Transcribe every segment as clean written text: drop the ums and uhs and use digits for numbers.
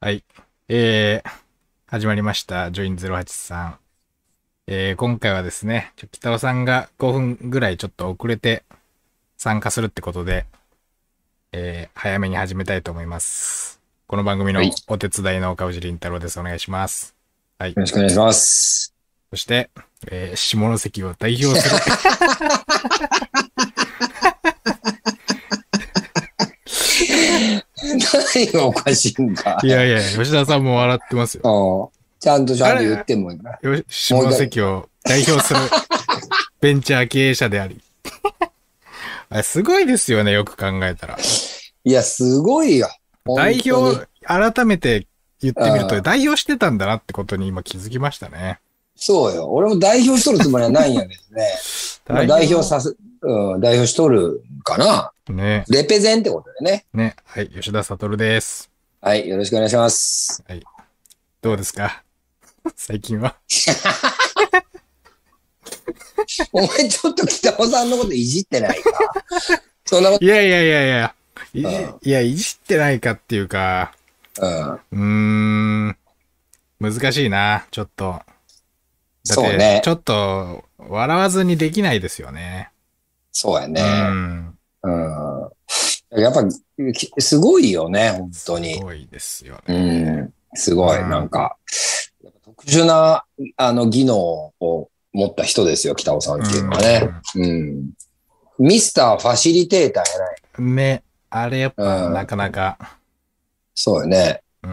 はい。始まりました。ジョイン083。今回はですね、北尾さんが5分ぐらいちょっと遅れて参加するってことで、早めに始めたいと思います。この番組のはい。よお手伝いの岡内凛太郎です。お願いします。はい。 ろしくお願いします。 そして、下関を代表する何がおかしいんか。 いやいや、吉田さんも笑ってますよ。 うん。ちゃんと言っあれ、 てもいいかもう下一回。 関を代表するベンチャー経営者であり。あれすごいですよね、よく考えたら。 いや、すごいよ。本当に。 代表、改めて言ってみると、 うん。 代表してたんだなってことに今気づきましたね。 そうよ。俺も代表しとるつもりはないんやけどね。まあ代表、 代表しとるかな。 ね、 レペゼンってことでね。 ね、はい、吉田悟です。 はい。よろしくお願いします。 はい、どうですか最近は。 お前ちょっと北尾さんのこといじってないか。そんなこいやいやいやいや、 と。 いや、いじってないかっていうか、 うん。うん。 うーん、難しいな、ちょっと。だって、ちそうね。 ょっと、笑わずにできないですよね。 そうやうーね。 ん、 うん。やっぱ、すごいよね、本当に。 すごいですようね。 ん。すうごい。なんん、 か、特殊な、技能を持った人ですよ、北尾さんうっていうのはね。うん。ミスターファシリテーターやない。 ん。ね、あれやっぱなかうん。 なか、 そうよね。 うん、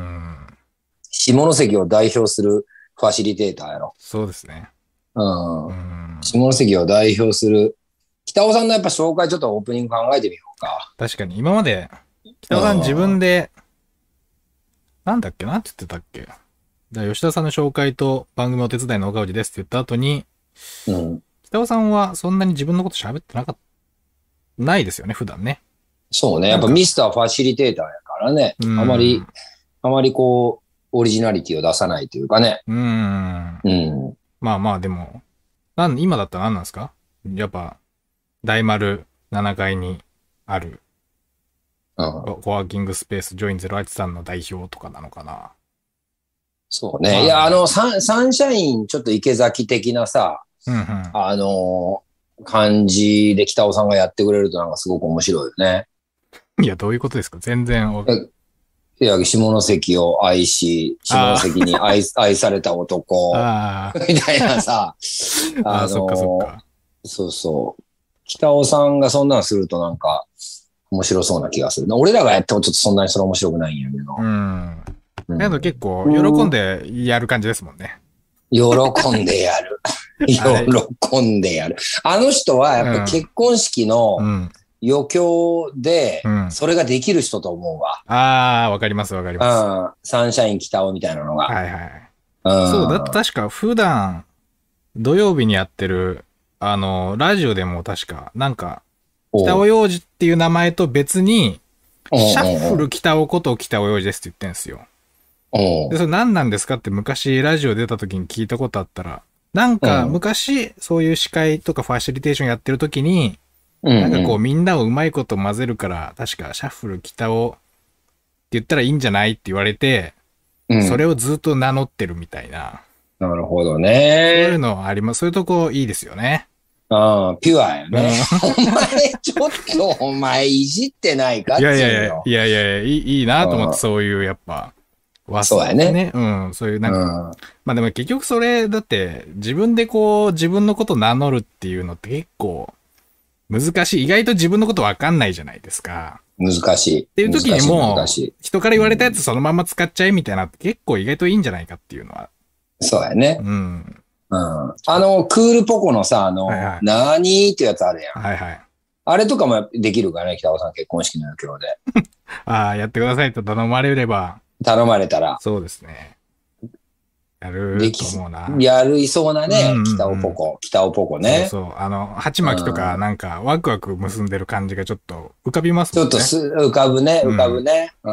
下関を代表するファシリテーターやろ。 そうですね。 ううん。 ん。 下関を代表する。北尾さんのやっぱ紹介ちょっとオープニング考えてみようか。 確かに今まで、 う北尾さん自分ん。 で、なんだっけなんて言ってたっけ吉田さんの紹介と番組お手伝いの岡内ですって言った後に、 うん。 北尾さんはそんなに自分のこと喋ってないですよね、普段ね。 そうね。やっぱなんか、 ミスターファシリテーターやからね。 うーん、 あまりこう、オリジナリティを出さないというかね。 うーん。 うん。 まあまあでも、今だったら何なんですかやっぱ、大丸7階にあるうん。 コワーキングスペースジョイン083の代表とかなのかな。 そうね。いや、 まあ、 サンシャイン、ちょっと池崎的なさ、 うんうん。 感じで北尾さんがやってくれるとなんかすごく面白いよね。 いや、どういうことですか全然いや、下関を愛し、下あ関に愛された男、 あ、 みたいなさ、 ああ、 あそっかそっのか。 そうそう。北尾さんがそんなのするとなんか面白そうな気がする。俺らがやってもちょっとそんなにそれ面白くないんやけど。 うん。 うけど結構、喜んん。 でやる感じですもんね。 喜んでやる。 あれ。 喜んでやる。あの人はやっぱうん。 結婚式のうん。 余興で、 うん。 それができる人と思うああ、わかります、わかります。 わ。うん。サンシャイン北尾みたいなのが。 はいはい。 うそう、だってん。 確か普段、土曜日にやってる、ラジオでも確か、なんか、北おう。 尾洋二っていう名前と別に、 うんシャッフルうん北尾こと北尾洋二ですって言ってんですよ。で、 うん。 それ何なんですかって昔ラジオ出た時に聞いたことあったら、なんかうん。 昔そういう司会とかファシリテーションやってる時に、 うんなんかこううん。 みんなをうまいこと混ぜるから、確かシャッフル北尾って言ったらいいんじゃないって言われて、 うん。 それをずっと名乗ってるみたいな。 なるほどそういうね。 のあります。そういうとこいいですよね。 ああ、ピュアやね。 うん。 お前、ちょっと、お前、いじってないかっいやいやいや、 つうのよ。 いやいやいや、いいなと思って、 うん。 そういう、やっぱ、 そうやね。 ね、うん、そういうなんか、 うん。 まあでも結局それ、だって自分でこう、自分のこと名乗るっていうのって結構難しい。意外と自分のことわかんないじゃないですか。 難しい。 っていう時に難しい、難もう、 しい。 人から言われたやつうん。 そのまま使っちゃえみたいなって結構意外といいんじゃないかっていうのは。 そうやね。 うん。 うん。クールポコのさ、 はいはい。 なーにーってやつあるやん。 はいはい。 あれとかもできるからね、北尾さん結婚式の余興で。 ああ、やってくださいと頼まれれば、 頼まれたら。 そうですね。やるとできす、 思うな。 やりそうなうんうんね、 うん。 北尾ポコね。 そうそう。鉢う巻きとかん。 なんかワクワク結んでる感じがちょっと浮かびますちょもんね。 っと浮かぶね、浮かぶうん。 ね。うん。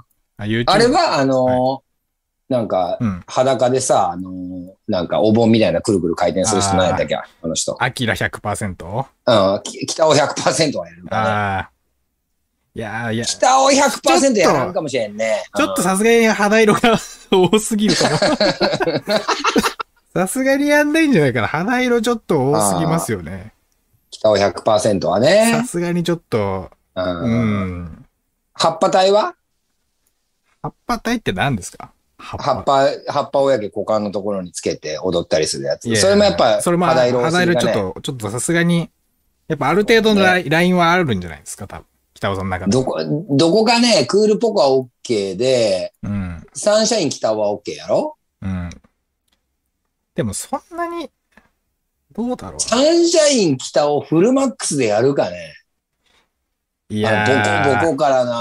あれ YouTube。 は、 はい。 なんか、 うん。 裸でさ、なんか、お盆みたいなくるくる回転する人何やったっあけあの人。 あ、アキラ100%。 うん、北尾100%はやるかね。 ああ、 いやー、いや、 北尾100% ちょっとやらんかもしれんね。 ちょっとさすがに肌色が多すぎるかも。さすがにやんないんじゃないかな。肌色ちょっと多すぎますよね。 北尾100%はさね。 すがにちょっと、 ううん。 葉っぱ体は葉っぱ体って何ですか？ 葉っぱをやけ股間のところにつけて踊ったりするやつ。 いや、 それもやっぱそれも肌色多す肌ぎかね。 色ちょっとさすがに、やっぱある程度のラインはあるんじゃないですか、多分。北尾さんの中で。 どこかね、クールポコは OK で、 うん。 サンシャイン北尾は OK やろ？ うん。でもそんなに、どうだろう。 サンシャイン北尾フルマックスでやるかね？ いやボコからの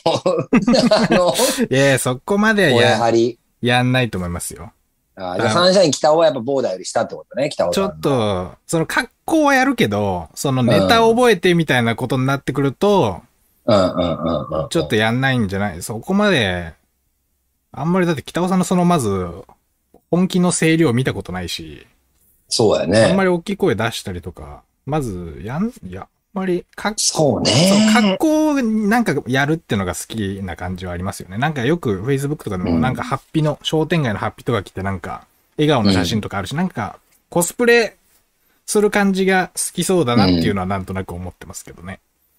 いやそこまでは声張り。 やんないと思いますよ。 じゃあサンシャイン北尾はやっぱボーダーより下ってことね、北尾さんの。 ちょっと、その格好はやるけど、そのネタを覚えてみたいなことになってくると、ちょっとやんないんじゃない？そこまで、あんまりだって北尾さんのそのまず、本気の声量見たことないし、 そうやね。 あんまり大きい声出したりとか、まず、あんまり、 そうね。 格好なんかやるってのが好きな感じはありますよね。なんかよく Facebook とかでもなんかハッピーの、商店街のハッピーとか来てなんか、笑顔の写真とかあるし、なんか、コスプレする感じが好きそうだなっていうのはなんとなく思ってますけどね。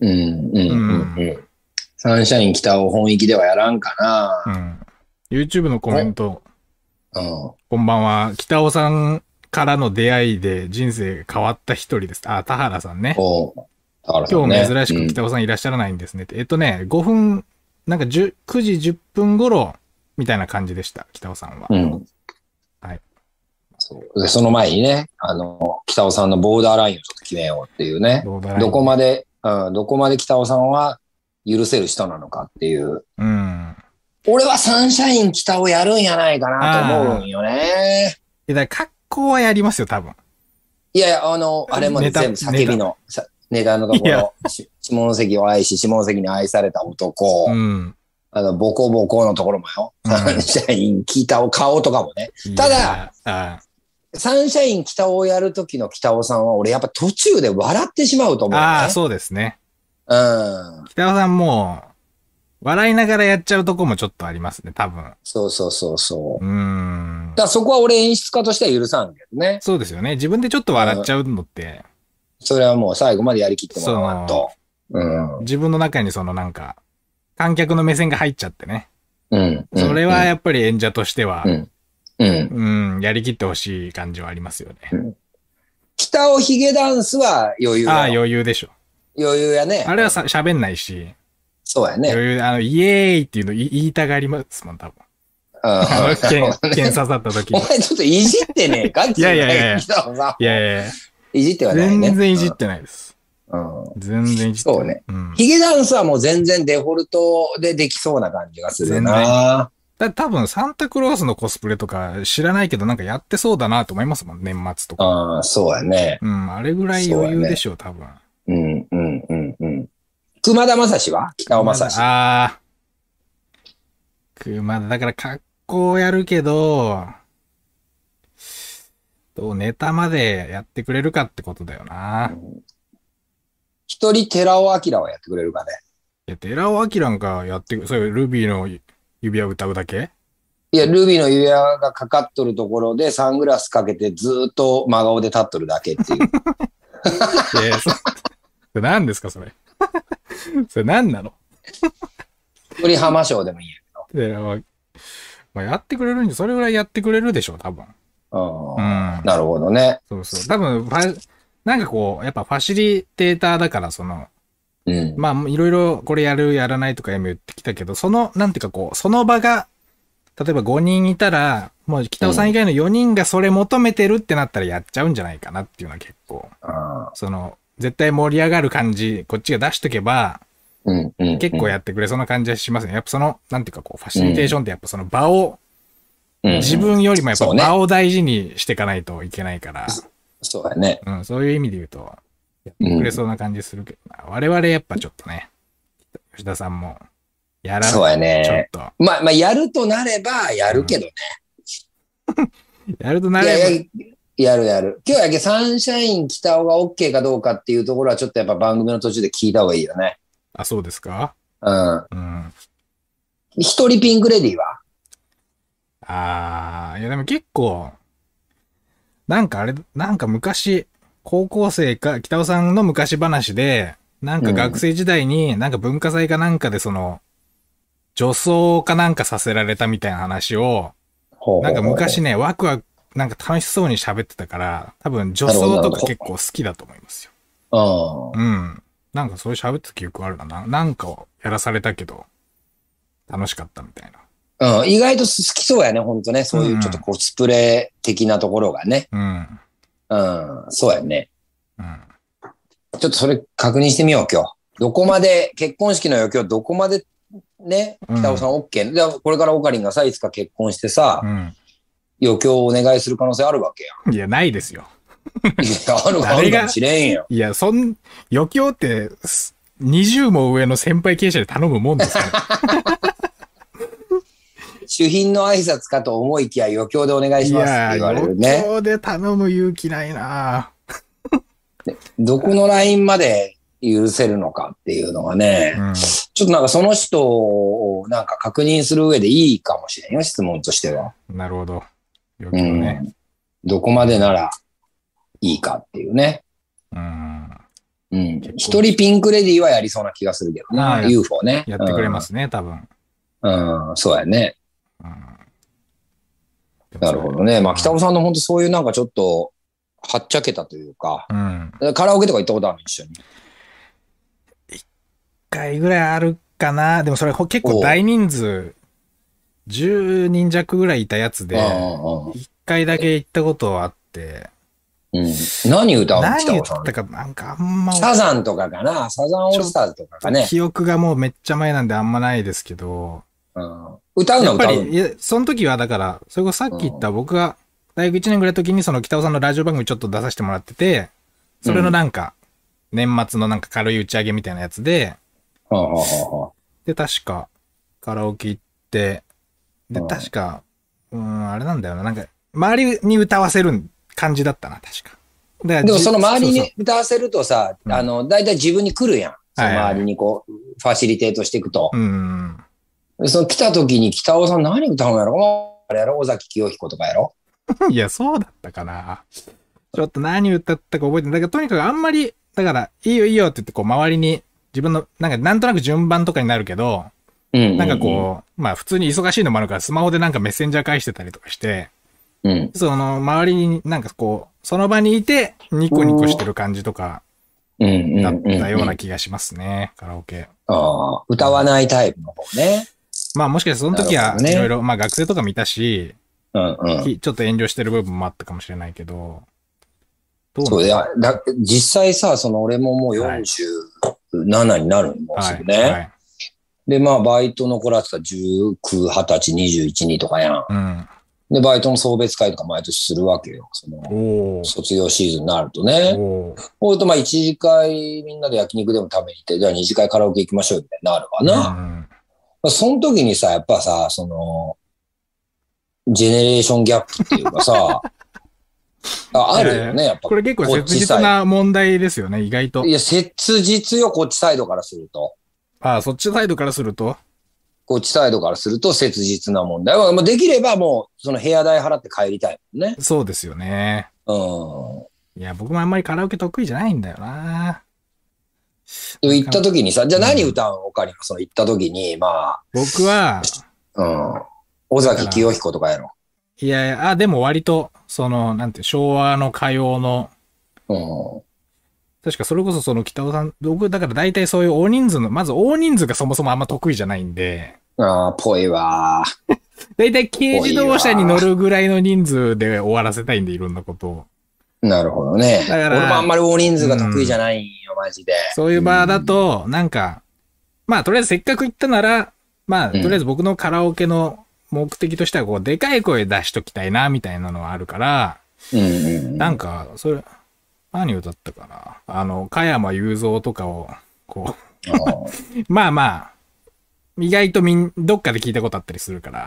サンシャイン北尾本域ではやらんかな。YouTube のコメント。 こんばんは。北尾さんからの出会いで人生変わった一人です。田原さんね。今日珍しく北尾さんいらっしゃらないんですね。5分、なんか9時10分頃みたいな感じでした。北尾さんは。はい。 で、その前にね、北尾さんのボーダーラインをちょっと決めようっていうね。どこまで北尾さんは許せる人なのかっていう。俺はサンシャイン北尾やるんやないかなと思うんよね。 だから格好はやりますよ、多分。 いやいや、あれも全部叫びのネタのところ、下関を愛し、下関に愛された男。ボコボコのところもよ。サンシャイン北尾顔とかもね。ただ、サンシャイン北尾をやるときの北尾さんは、俺やっぱ途中で笑ってしまうと思う、ね。 そうですね。北尾さんもう、笑いながらやっちゃうとこもちょっとありますね、多分。 そう。だからそこは俺演出家としては許さんけどね。 そうですよね。自分でちょっと笑っちゃうのって。 それはもう最後までやりきってもらわんと。 自分の中になんか、観客の目線が入っちゃってね。それはやっぱり演者としては、やりきってほしい感じはありますよね。 北尾ヒゲダンスは余裕だ。 余裕でしょ。 余裕やね。 あれは喋んないし。 そうやね。 余裕、イエーイっていうの言いたがりますもん、多分。剣刺さった時に。 お前ちょっといじってねえか？ いや。 いじってはないね。 全然いじってないです。全然いじってない。 そうね。ヒゲダンスはもう全然デフォルトでできそうな感じがするな。 多分サンタクロースのコスプレとか知らないけどなんかやってそうだなと思いますもん、年末とか。 そうやね。 あれぐらい余裕でしょう、多分。 熊田正史は北尾正史。 熊田、だから格好やるけど、ネタまでやってくれるかってことだよな。 一人寺尾明はやってくれるかね。 いや、寺尾明なんかやってそういうルビーの指輪歌うだけ？ いや、ルビーの指輪がかかっとるところでサングラスかけてずーっと真顔で立っとるだけっていう。 それ何ですか、それ。それ何なの？ 一人浜章でもいいやけど。やってくれるんで、それぐらいやってくれるでしょ、多分。 なるほどね。 そう。多分、なんかこう、やっぱファシリテーターだから、まあ、いろいろこれやる、やらないとか言ってきたけど、なんていうかこう、その場が、例えば5人いたら、もう北尾さん以外の4人がそれ求めてるってなったらやっちゃうんじゃないかなっていうのは結構、絶対盛り上がる感じ、こっちが出しとけば、結構やってくれそうな感じはしますね。やっぱなんていうかこう、ファシリテーションってやっぱその場を、自分よりもやっぱ場を大事にしていかないといけないから。 そうだね。 そういう意味で言うと、やってくれそうな感じするけどな。我々やっぱちょっとね、吉田さんも、やらない。 そうやね。 ちょっと。 まあ、やるとなれば、やるけどね。 やるとなれば。 やる。今日やけサンシャイン北尾が OK かどうかっていうところはちょっとやっぱ番組の途中で聞いた方がいいよね。 そうですか？ うん。 うん。 一人ピンクレディーは？ いやでも結構、なんかあれ、なんか昔、高校生か、北尾さんの昔話で、なんか学生時代になんか文化祭かなんかでその、女装かなんかさせられたみたいな話を、なんか昔ね、ワクワク、なんか楽しそうに喋ってたから、多分女装とか結構好きだと思いますよ。うん。なんかそういう喋ってた記憶あるな。なんかをやらされたけど、楽しかったみたいな。 うん、意外と好きそうやね、ほんとね。そういうちょっとコスプレ的なところがね。 うん。 うん、そうやね。 うん。 ちょっとそれ確認してみよう、今日。どこまで、結婚式の余興どこまでね、北尾さん OK。で、これからオカリンがさ、いつか結婚してさ、余興をお願いする可能性あるわけやん。いや、ないですよ。 いや、あるかもしれんよ。 いや、余興って、20も上の先輩経営者で頼むもんですから。 主賓の挨拶かと思いきや余興でお願いしますって言われるね。 余興で頼む勇気ないなどこのラインまで許せるのかっていうのがね、ちょっとなんかその人をなんか確認する上でいいかもしれんよ、質問としては。 なるほど。余興ね。 どこまでならいいかっていうね。一人ピンクレディーはやりそうな気がするけどな、UFO ね。 やってくれますね、多分。 そうやね。なるほどね。まあ、北尾さんの本当そういうなんかちょっと、はっちゃけたというか、カラオケとか行ったことあるの一緒に。 一回ぐらいあるかな。でもそれ結構大人数、10人弱ぐらいいたやつで、一回だけ行ったことはあって、 何歌うの？ 何歌ったか、なんかあんま。 サザンとかかな？サザンオールスターズとかかね。 記憶がもうめっちゃ前なんであんまないですけど、 歌うの？やっぱり、いや、その時はだから、それこそさっき言った僕が大学1年ぐらいの時にその北尾さんのラジオ番組ちょっと出させてもらってて、それのなんか、年末のなんか軽い打ち上げみたいなやつで、で、確かカラオケ行って、で、確か、あれなんだよな、なんか、周りに歌わせる感じだったな、確か。 でもその周りに歌わせるとさ、だいたい自分に来るやん。その周りにこう、ファシリテートしていくと。その来た時に北尾さん何歌うんやろ？あれやろ？尾崎清彦とかやろ？ いや、そうだったかな。ちょっと何歌ったか覚えてない。だからとにかくあんまり、だから、いいよいいよって言ってこう周りに自分の、なんとなく順番とかになるけど、なんかこう、まあ普通に忙しいのもあるからスマホでなんかメッセンジャー返してたりとかして、その周りになんかこう、その場にいてニコニコしてる感じとか、だったような気がしますね、カラオケ。 歌わないタイプの方ね。 まあもしかしてその時はいろいろ、まあ学生とか見たし、ちょっと遠慮してる部分もあったかもしれないけど。 そう実際さ、その俺ももう47になるんですよね。で、まあバイトの頃は19、20歳、21、2とかやん。で、バイトの送別会とか毎年するわけよ。その、卒業シーズンになるとね。ほるとまあ一次会みんなで焼肉でも食べに行って、じゃあ二次会カラオケ行きましょうみたいになるわな。その時にさ、やっぱさ、その、ジェネレーションギャップっていうかさ、あるよね、やっぱ。 これ結構切実な問題ですよね、意外と。 いや、切実よ、こっちサイドからすると。 そっちサイドからするとこっちサイドからすると切実な問題は、できればもう、その部屋代払って帰りたいもんね。 そうですよね。いや、僕もあんまりカラオケ得意じゃないんだよな。 行った時にさ、じゃあ何歌うの？おかりがその行った時に、まあ。 僕は、 尾崎清彦とかやろ。 いやいや、でも割と、その、なんて、昭和の歌謡の、確かそれこそその北尾さん、僕だから大体そういう大人数の、まず大人数がそもそもあんま得意じゃないんで。 ぽいわ。 大体軽自動車に乗るぐらいの人数で終わらせたいんで、いろんなことを。 なるほどね。だから俺もあんまり大人数が得意じゃないよ、マジで。 そういう場だと、なんか、まあとりあえずせっかく行ったなら、まあとりあえず僕のカラオケの目的としてはこう、でかい声出しときたいな、みたいなのはあるから、なんか、それ、何歌ったかな。加山雄三とかを、こうまあまあ、意外とどっかで聞いたことあったりするから。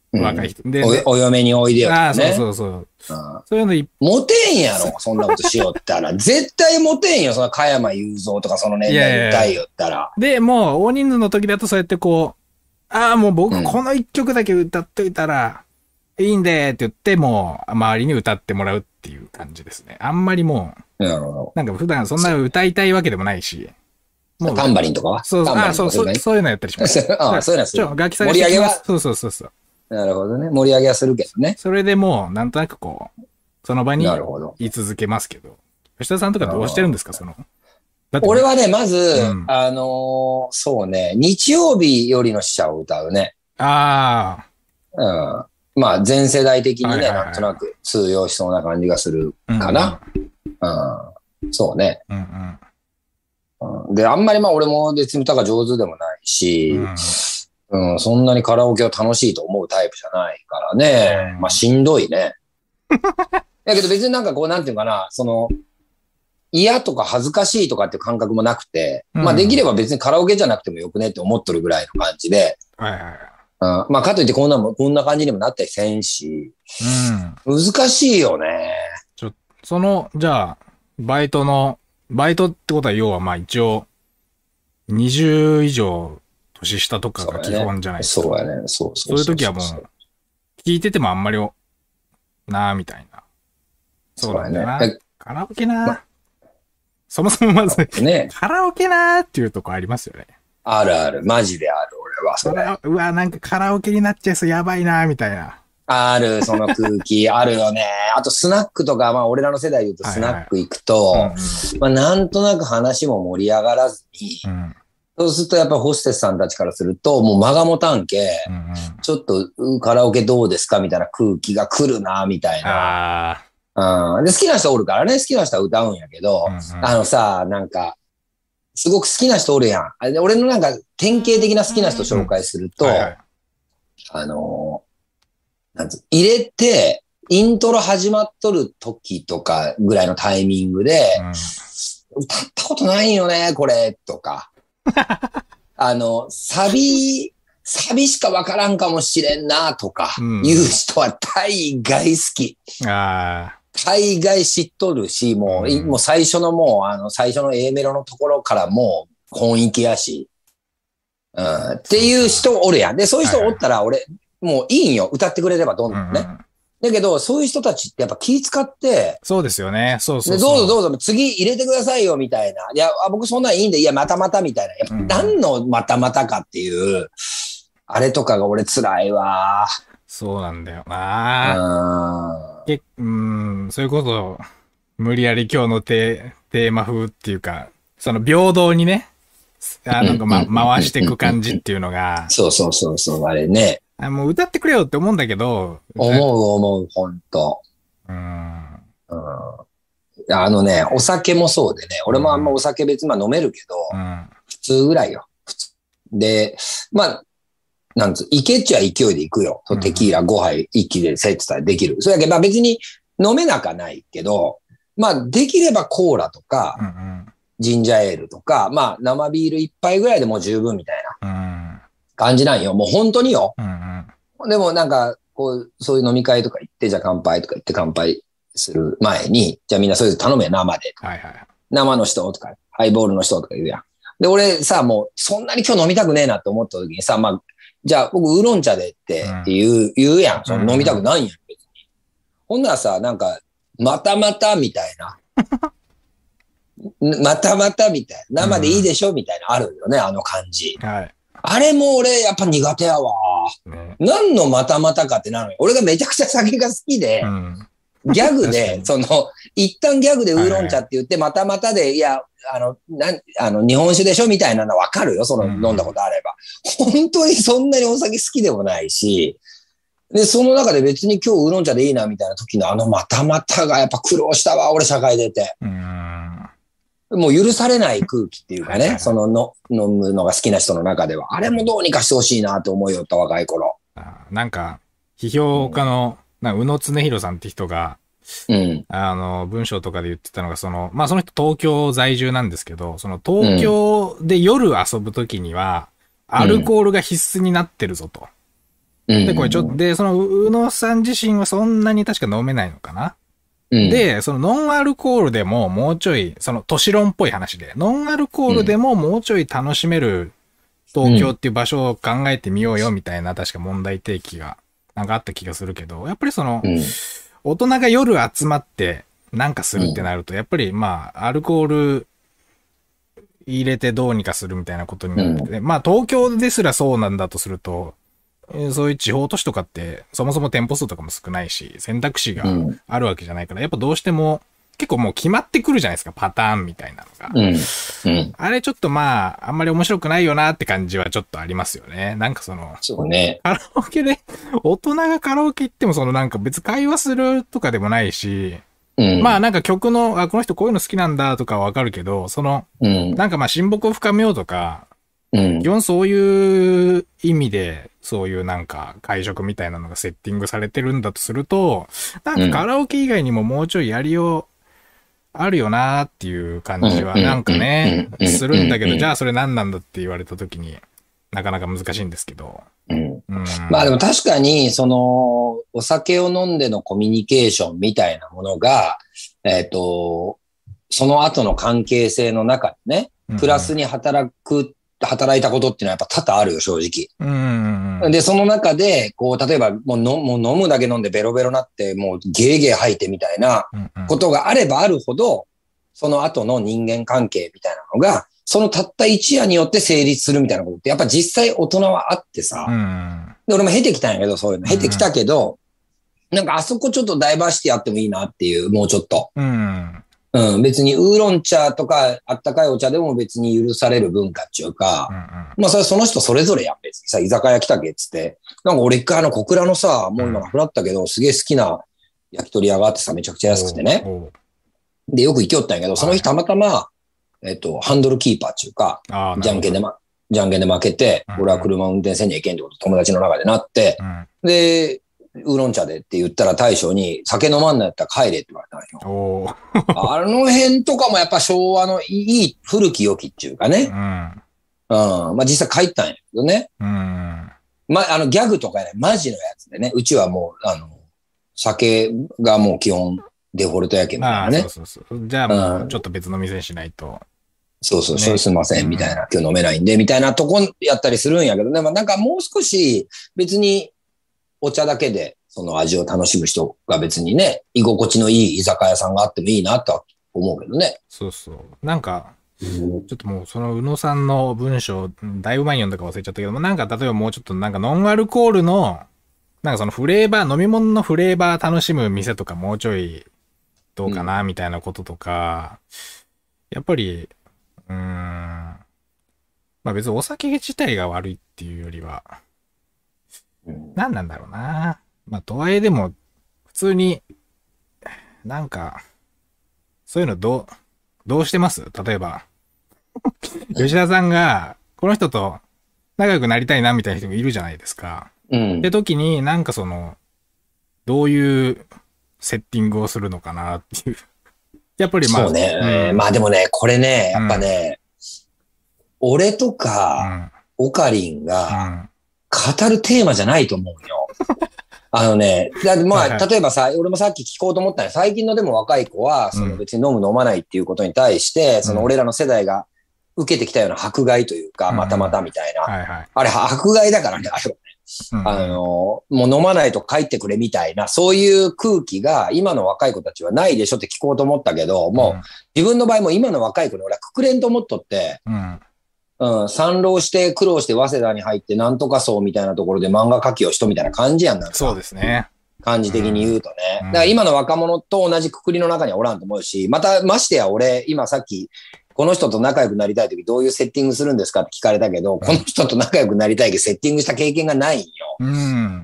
若い人。で、 お嫁においでよ、ね。 ああ、そうそうそう。そういうのモテんやろ、そんなことしよったら。絶対モテんよ、その加山雄三とかその年代で歌いよったら。 で、もう、大人数の時だとそうやってこう、ああ、もう僕この一曲だけ歌っといたら、いいんでって言って、もう、周りに歌ってもらうっていう感じですね。あんまりもう、なんか普段そんな歌いたいわけでもないし。 もうタンバリンとかはそう、そういうのやったりします。 ああ、そういうのする。 楽器探してきます。そう。 なるほどね。盛り上げはするけどね。 それでもう、なんとなくこう、その場に居続けますけど。吉田さんとかどうしてるんですか、その。 俺はね、まず、そうね、日曜日よりの死者を歌うね。 ああ。まあ、全世代的にね、なんとなく通用しそうな感じがするかな。そうね。で、あんまりまあ俺も別に歌が上手でもないし、そんなにカラオケを楽しいと思うタイプじゃないからね。まあしんどいね。だけど別になんかこう、なんていうかな、その、嫌とか恥ずかしいとかっていう感覚もなくて、まあできれば別にカラオケじゃなくてもよくねって思っとるぐらいの感じで、まあかといってこんな感じにもなったりせんし、難しいよね。 その、じゃあ、バイトってことは要はまあ一応、20以上年下とかが基本じゃないですか。 そうやね。そういう時はもう、聞いててもあんまりなぁ、みたいな。そうなんだよな。カラオケなぁ。そもそもまず、カラオケなーっていうとこありますよね。 あるある。マジである、俺は。それ。 うわ、なんかカラオケになっちゃいそうやばいなーみたいな。 ある、その空気、あるよね。あと、スナックとか、まあ、俺らの世代で言うとスナック行くと、まあ、なんとなく話も盛り上がらずに、そうするとやっぱホステスさんたちからすると、もう間が持たんけ、ちょっとカラオケどうですかみたいな空気が来るな、みたいな。で、好きな人おるからね、好きな人は歌うんやけど、なんか、すごく好きな人おるやん。俺のなんか典型的な好きな人紹介すると、入れて、イントロ始まっとる時とかぐらいのタイミングで、歌ったことないよね、これ、とか。サビしかわからんかもしれんな、とか、いう人は大概好き。大概知っとるし、もう最初の最初の A メロのところからもう本域やし、っていう人おるやん。で、そういう人おったら俺、もういいんよ。歌ってくれればどんどんね。だけど、そういう人たちってやっぱ気使って、 そうですよね。そう。 どうぞ、次入れてくださいよ、みたいな。いや、僕そんなんいいんで、いや、またまた、みたいな。やっぱ何のまたまたかっていう、あれとかが俺辛いわ。 そうなんだよな。それこそ、無理やり今日のテーマ風っていうか、その平等にね、回していく感じっていうのが。 そう、あれね。 もう歌ってくれよって思うんだけど。 思う、ほんと。お酒もそうでね、俺もあんまお酒別に飲めるけど、普通ぐらいよ。で、まあ、いけっちゃ勢いで行くよ。テキーラ5杯一気でセットしたらできる。それだけまあ別に飲めなかないけど、まあできればコーラとか、ジンジャーエールとか、まあ生ビール一杯ぐらいでもう十分みたいな感じなんよ。もう本当によ。でもなんか、そういう飲み会とか行って、じゃあ乾杯とか言って乾杯する前に、じゃあみんなそれぞれ頼めよ、生で。生の人とか、ハイボールの人とか言うやん。で、俺さ、もうそんなに今日飲みたくねえなって思った時にさ、まあ、じゃあ僕ウーロン茶でって言うやん。その飲みたくないんやん、別に。ほんならさ、なんか、またまたみたいな。またまたみたいな。生でいいでしょみたいなあるよね、あの感じ。あれも俺やっぱ苦手やわ。何のまたまたかってなのよ。俺がめちゃくちゃ酒が好きで、ギャグで、一旦ギャグでウーロン茶って言って、またまたで、いや、日本酒でしょみたいなのわかるよ。飲んだことあれば。本当にそんなにお酒好きでもないし、で、その中で別に今日ウーロン茶でいいなみたいな時のまたまたがやっぱ苦労したわ、俺社会出て。もう許されない空気っていうかね、飲むのが好きな人の中では。あれもどうにかしてほしいなと思いよった若い頃。 なんか、批評家の、宇野恒弘さんって人が、文章とかで言ってたのが、まあその人東京在住なんですけど、東京で夜遊ぶときには、アルコールが必須になってるぞと。 で、これちょっと、で、その、宇野さん自身はそんなに確か飲めないのかな。で、そのノンアルコールでももうちょい、その都市論っぽい話で、ノンアルコールでももうちょい楽しめる東京っていう場所を考えてみようよみたいな確か問題提起がなんかあった気がするけど、やっぱりその、大人が夜集まってなんかするってなると、やっぱりまあ、アルコール入れてどうにかするみたいなことになって、まあ東京ですらそうなんだとすると、そういう地方都市とかって、そもそも店舗数とかも少ないし、選択肢があるわけじゃないから、やっぱどうしても、結構もう決まってくるじゃないですか、パターンみたいなのが。あれちょっとまあ、あんまり面白くないよなって感じはちょっとありますよね。なんかその、 そうね。 カラオケで、大人がカラオケ行ってもそのなんか別会話するとかでもないし、まあなんか曲の、この人こういうの好きなんだとかわかるけど、その、なんかまあ親睦を深めようとか、基本そういう意味で、そういうなんか会食みたいなのがセッティングされてるんだとすると、なんかカラオケ以外にももうちょいやりようあるよなーっていう感じはなんかね、するんだけど、じゃあそれ何なんだって言われた時になかなか難しいんですけど。 まあでも確かに、その、お酒を飲んでのコミュニケーションみたいなものが、その後の関係性の中でね、プラスに働いたことっていうのはやっぱ多々あるよ、正直。で、その中で、こう、例えばもう飲むだけ飲んでベロベロなって、もうゲーゲー吐いてみたいなことがあればあるほど、その後の人間関係みたいなのが、そのたった一夜によって成立するみたいなことって、やっぱ実際大人はあってさ。で、俺も経てきたんやけど、そういうの。経てきたけど、なんかあそこちょっとダイバーシティあってもいいなっていう、もうちょっと。別にウーロン茶とかあったかいお茶でも別に許される文化っていうか、まあそれその人それぞれやん、別にさ、居酒屋来たけっつって。なんか俺一回小倉のさ、もう今なくなったけど、すげえ好きな焼き鳥屋があってさ、めちゃくちゃ安くてね。で、よく行きよったんやけど、その日たまたま、ハンドルキーパーっていうか、じゃんけんで負けて、俺は車運転せんにはいけんってこと友達の中でなって、で、ウーロン茶でって言ったら大将に酒飲まんのやったら帰れって言われたんよ。あの辺とかもやっぱ昭和のいい古き良きっていうかね。まあ実際帰ったんやけどね。まあギャグとかね、マジのやつでね。うちはもう、酒がもう基本デフォルトやけんみたいなね。 そう。じゃあもうちょっと別の店にしないと。 そう、すいません、みたいな。今日飲めないんで、みたいなとこやったりするんやけどね。まあなんかもう少し別に、お茶だけでその味を楽しむ人が別にね、居心地のいい居酒屋さんがあってもいいなとは思うけどね。 そう。なんか、ちょっともうその宇野さんの文章、だいぶ前に読んだか忘れちゃったけども、なんか例えばもうちょっとなんかノンアルコールの、なんかそのフレーバー、飲み物のフレーバー楽しむ店とかもうちょいどうかな、みたいなこととか、やっぱり、まあ別にお酒自体が悪いっていうよりは、何なんだろうな。まあ、とはいえでも、普通に、なんか、そういうのどうしてます例えば、吉田さんが、この人と仲良くなりたいなみたいな人もいるじゃないですか。って時に、なんかその、どういうセッティングをするのかなっていう。やっぱりまあ。 そうね。まあでもね、これね、やっぱね、俺とか、オカリンが、語るテーマじゃないと思うよ。まあ、例えばさ、俺もさっき聞こうと思ったね。最近のでも若い子は、その別に飲まないっていうことに対して、その俺らの世代が受けてきたような迫害というか、またまたみたいな。あれ、迫害だからね、あれはね。もう飲まないと帰ってくれみたいな、そういう空気が今の若い子たちはないでしょって聞こうと思ったけど、もう自分の場合も今の若い子に俺はくくれんと思っとって、三浪して苦労して早稲田に入ってなんとかそうみたいなところで漫画描きをしとみたいな感じやんなんか。 そうですね。 感じ的に言うとね。だから今の若者と同じくくりの中にはおらんと思うし、ましてや俺、今さっき、この人と仲良くなりたいときどういうセッティングするんですかって聞かれたけど、この人と仲良くなりたいけどセッティングした経験がないんよ。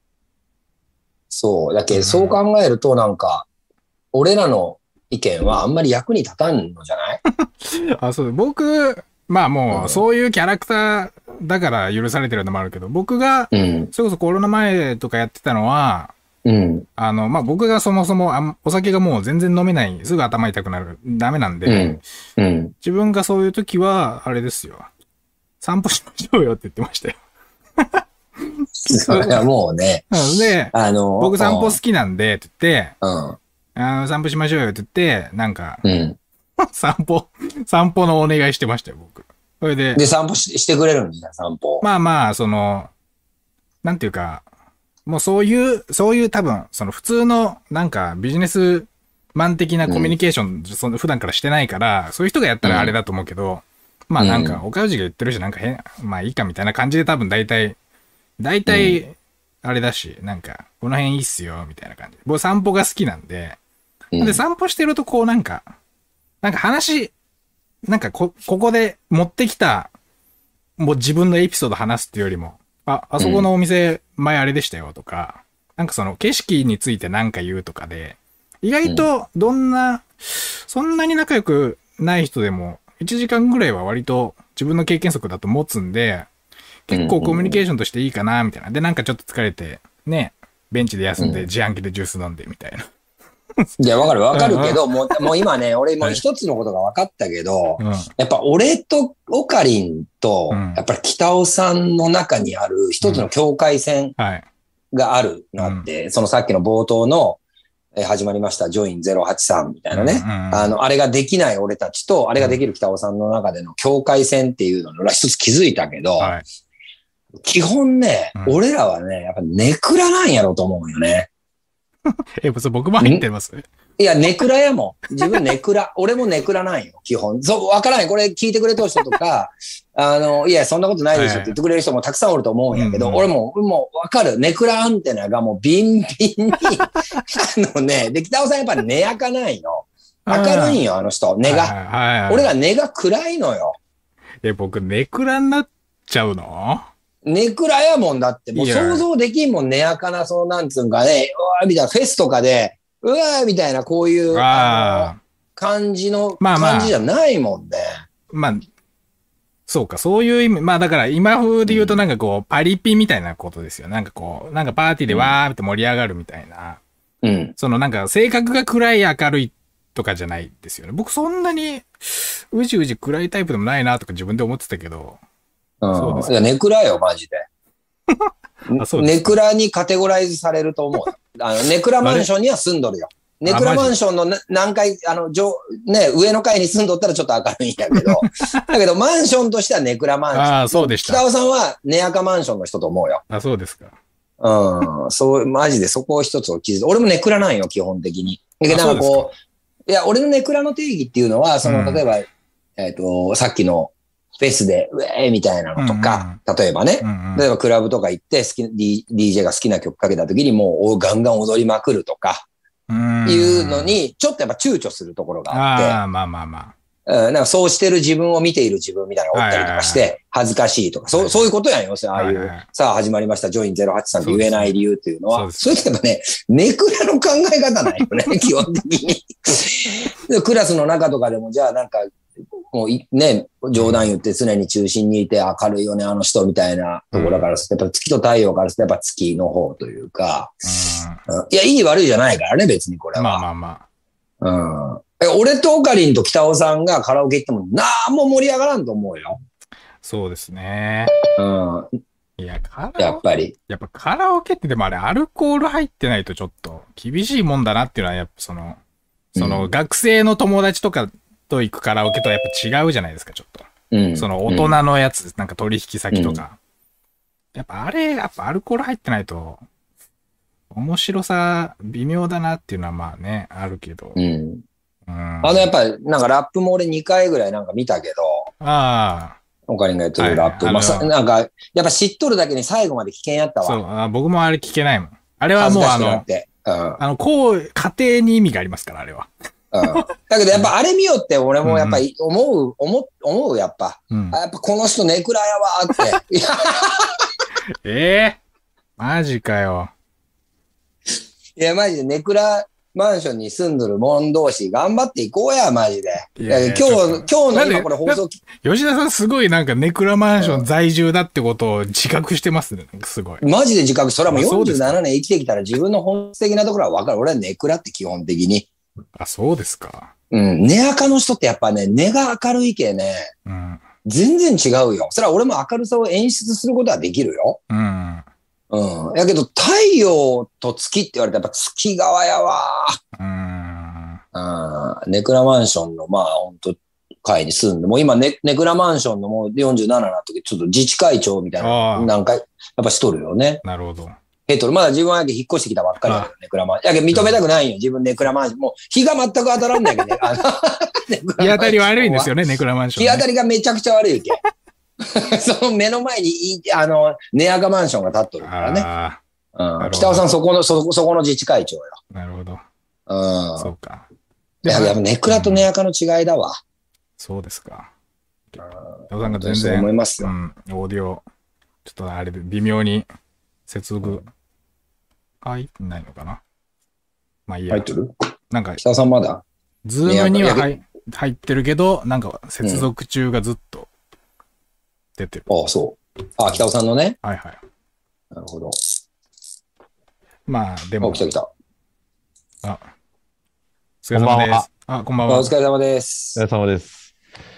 そう。だけどそう考えるとなんか、俺らの意見はあんまり役に立たんのじゃないそう。僕、まあもう、そういうキャラクターだから許されてるのもあるけど、僕が、それこそコロナ前とかやってたのは、まあ僕がそもそもお酒がもう全然飲めない、すぐ頭痛くなる、ダメなんで、自分がそういう時は、あれですよ。散歩しましょうよって言ってましたよ。 それはもうね。 で、僕散歩好きなんで、って言って、散歩しましょうよって言って、なんか、散歩のお願いしてましたよ、僕。それで。 で、散歩してくれるんだ、散歩。 まあまあ、なんていうか、もうそういう多分、普通の、なんかビジネスマン的なコミュニケーション、普段からしてないから、そういう人がやったらあれだと思うけど、まあなんか、岡氏が言ってるし、なんかまあいいかみたいな感じで多分大体、あれだし、なんか、この辺いいっすよ、みたいな感じ。僕散歩が好きなんで、で、散歩してるとこうなんか話、なんかここで持ってきた、もう自分のエピソード話すっていうよりも、あそこのお店、前あれでしたよとか、なんか景色についてなんか言うとかで、意外とそんなに仲良くない人でも、1時間ぐらいは割と自分の経験則だと持つんで、結構コミュニケーションとしていいかな、みたいな。で、なんかちょっと疲れて、ね、ベンチで休んで自販機でジュース飲んで、みたいな。 いや、わかるけど、もう今ね、俺も一つのことが分かったけど、やっぱ俺とオカリンと、やっぱり北尾さんの中にある一つの境界線があるなって、そのさっきの冒頭の、始まりました、ジョイン083みたいなね。あれができない俺たちと、あれができる北尾さんの中での境界線っていうのが一つ気づいたけど、基本ね、俺らはね、やっぱネクラなんやろうと思うよね。 僕も入ってます。 いや、ネクラやもん。自分ネクラ。俺もネクラなんよ、基本。わからない。これ聞いてくれた人とか、いや、そんなことないでしょって言ってくれる人もたくさんおると思うんやけど、俺もわかる。ネクラアンテナがもうビンビンに、で、北尾さんやっぱ根やかないの。明るいんよ、あの人。根が。俺が根が暗いのよ。 僕、ネクラになっちゃうの？ ネクラやもんだって、もう想像できんもん、根やかな、なんつうんかね、うわーみたいな、フェスとかで、うわーみたいな、こういう、感じじゃないもんね。 まあ、そうか、そういう意味、まあだから今風で言うとなんかこう、パリピみたいなことですよ。なんかこう、なんかパーティーでわーって盛り上がるみたいな。なんか性格が暗い明るいとかじゃないですよね。僕そんなに、うじうじ暗いタイプでもないなとか自分で思ってたけど。 いや、ネクラよ、マジで。ネクラにカテゴライズされると思う。ネクラマンションには住んどるよ。ネクラマンションの何階、上の階に住んどったらちょっと明るいんやけど、だけどマンションとしてはネクラマンション。 そうでした。 北尾さんはネアカマンションの人と思うよ。 そうですか。 マジでそこを一つを気づいて、俺もネクラなんよ、基本的に。なんかこう、いや、俺のネクラの定義っていうのは、例えば、さっきの、フェスで、ウェーみたいなのとか、例えばね、例えばクラブとか行ってDJ が好きな曲かけた時にもうガンガン踊りまくるとか、いうのに、ちょっとやっぱ躊躇するところがあって、なんかそうしてる自分を見ている自分みたいなのがおったりとかして、恥ずかしいとか、そういうことやんよ、ああいう、さあ始まりました、ジョイン083って言えない理由っていうのは、そういうのね、ネクラの考え方なんよね、基本的に。クラスの中とかでも、じゃあなんか、もうね、冗談言って常に中心にいて明るいよね、あの人みたいなところからすると、やっぱ月と太陽からするとやっぱ月の方というか、いや、いい悪いじゃないからね、別にこれは。俺とオカリンと北尾さんがカラオケ行ってもなんも盛り上がらんと思うよ。 そうですね。いや、 やっぱり。 やっぱカラオケってでもあれアルコール入ってないとちょっと厳しいもんだなっていうのはやっぱ学生の友達とかと行くカラオケとやっぱ違うじゃないですか、ちょっと。大人のやつ、なんか取引先とか。やっぱアルコール入ってないと、面白さ微妙だなっていうのはまあね、あるけど。 やっぱりなんかラップも俺2回ぐらいなんか見たけど、オカリンがやってるラップ。なんか、やっぱ知っとるだけに最後まで危険やったわ。 そう、僕もあれ聞けないもん。あれはもう家庭に意味がありますから、あれは。 だけどやっぱあれ見よって俺もやっぱり思うやっぱ。やっぱこの人ネクラやわって。マジかよ。 いや、マジでネクラマンションに住んどる者同士頑張っていこうや、マジで。今日の今これ放送吉田さんすごいなんかネクラマンション在住だってことを自覚してますね。すごい。 マジで自覚。それはもう47年生きてきたら自分の本質的なところは分かる。俺はネクラって基本的に。 そうですか。 根垢の人ってやっぱね、根が明るいけね。 全然違うよ。それは俺も明るさを演出することはできるよ。 うん。 うん。やけど、太陽と月って言われたらやっぱ月側やわ。ネクラマンションの、まあ、本当会に住んで、もう今ネクラマンションのもう47になった時、ちょっと自治会長みたいな、何回、やっぱしとるよね。 なるほど。 まだ自分は引っ越してきたばっかりだよ、ネクラマン。やけど認めたくないよ、自分ネクラマンション。もう日が全く当たらんだけどね。 日当たり悪いんですよね、ネクラマンション、ね。 日当たりがめちゃくちゃ悪いけ。その目の前に、ネアカマンションが立っとるからね。北尾さん、そこの自治会長よ。 なるほど。そうか。 いや、ネクラとネアカの違いだわ。 そうですか。北尾さんが全然、 そう思いますよ。 オーディオ、ちょっとあれで微妙に接続、入ってないのかな。まあいいや。 入ってる？ なんか、 北尾さんまだズームには入ってるけど、なんか接続中がずっと出てる。 ああ、そう。あ、北尾さんのね。 はいはい。 なるほど。 まあ、でも。 来た来た。 あ、お疲れ様です。こんばんは。 お疲れ様です。 お疲れ様です。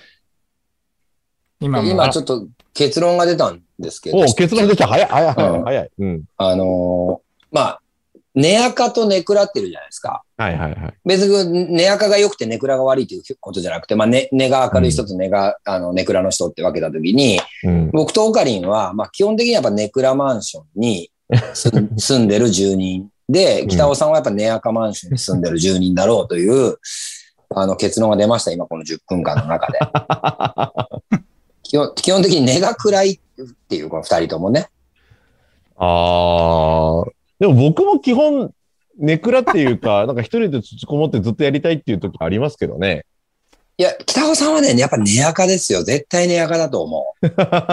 今ちょっと結論が出たんですけど。 結論出た。早い。うん。 まあ、ネアカとネクラっているじゃないですか。 はいはいはい。 別にネアカが良くてネクラが悪いということじゃなくて、まあ、ネが明るい人とネクラの人って分けたときに、僕とオカリンは、まあ、基本的にやっぱネクラマンションに住んでる住人で、北尾さんはやっぱネアカマンションに住んでる住人だろうという、結論が出ました、今この10分間の中で。基本的に根が暗いっていう、この二人ともね。 でも僕も基本、ネクラっていうか、なんか一人で土こもってずっとやりたいっていう時ありますけどね。 いや、北尾さんはね、やっぱネアカですよ。絶対ネアカだと思う。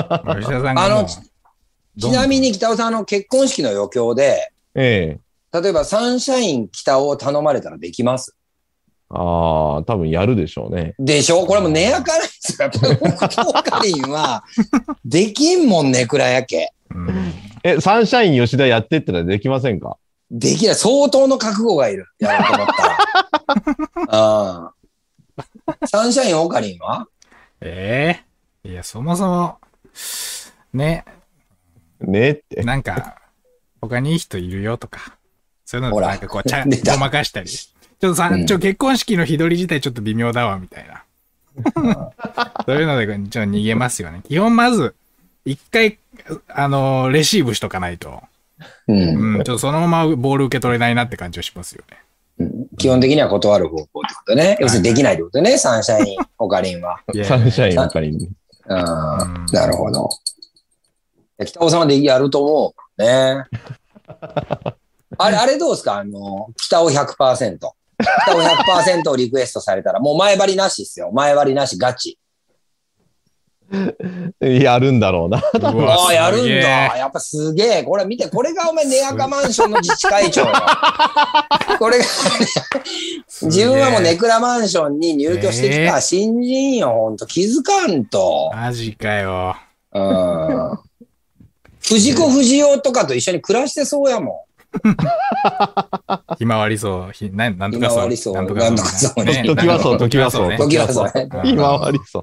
ちなみに北尾さん結婚式の余興で、例えばサンシャイン北尾を頼まれたらできます？ 多分やるでしょうね。 でしょ？これもネアカなんですよ。僕とオカリンは、できんもんネクラやけ。 サンシャイン吉田やってってのはできませんか？ できない。相当の覚悟がいる。やろうと思ったら。サンシャインオカリンはいや、そもそも、ねって。 なんか、他にいい人いるよとか、そういうのなんかこう、ごまかしたり。ちょっと結婚式の日取り自体ちょっと微妙だわ、みたいな。そういうので、ちょっと逃げますよね。基本まず、一回、レシーブしとかないと。ちょっとそのままボール受け取れないなって感じはしますよね。基本的には断る方向ってことね。要するにできないってことね、サンシャイン、オカリンは。 サンシャイン、オカリン。 なるほど。北尾さんはでやると思うね。あれどうですか北尾 100%。北尾 100% をリクエストされたら、もう前張りなしですよ。前張りなし、ガチ。 やるんだろうな。 やるんだ。やっぱすげえ。これ見て、これがお前ネアカマンションの自治会長よ。これが、自分はもうネクラマンションに入居してきた新人よ、ほんと。気づかんと。 マジかよ。 藤子不二雄とかと一緒に暮らしてそうやもん。ひまわりそう。なんとかそう。 ひまわりそう。なんとかそう。 時はそう。 時はそう。 ひまわりそう。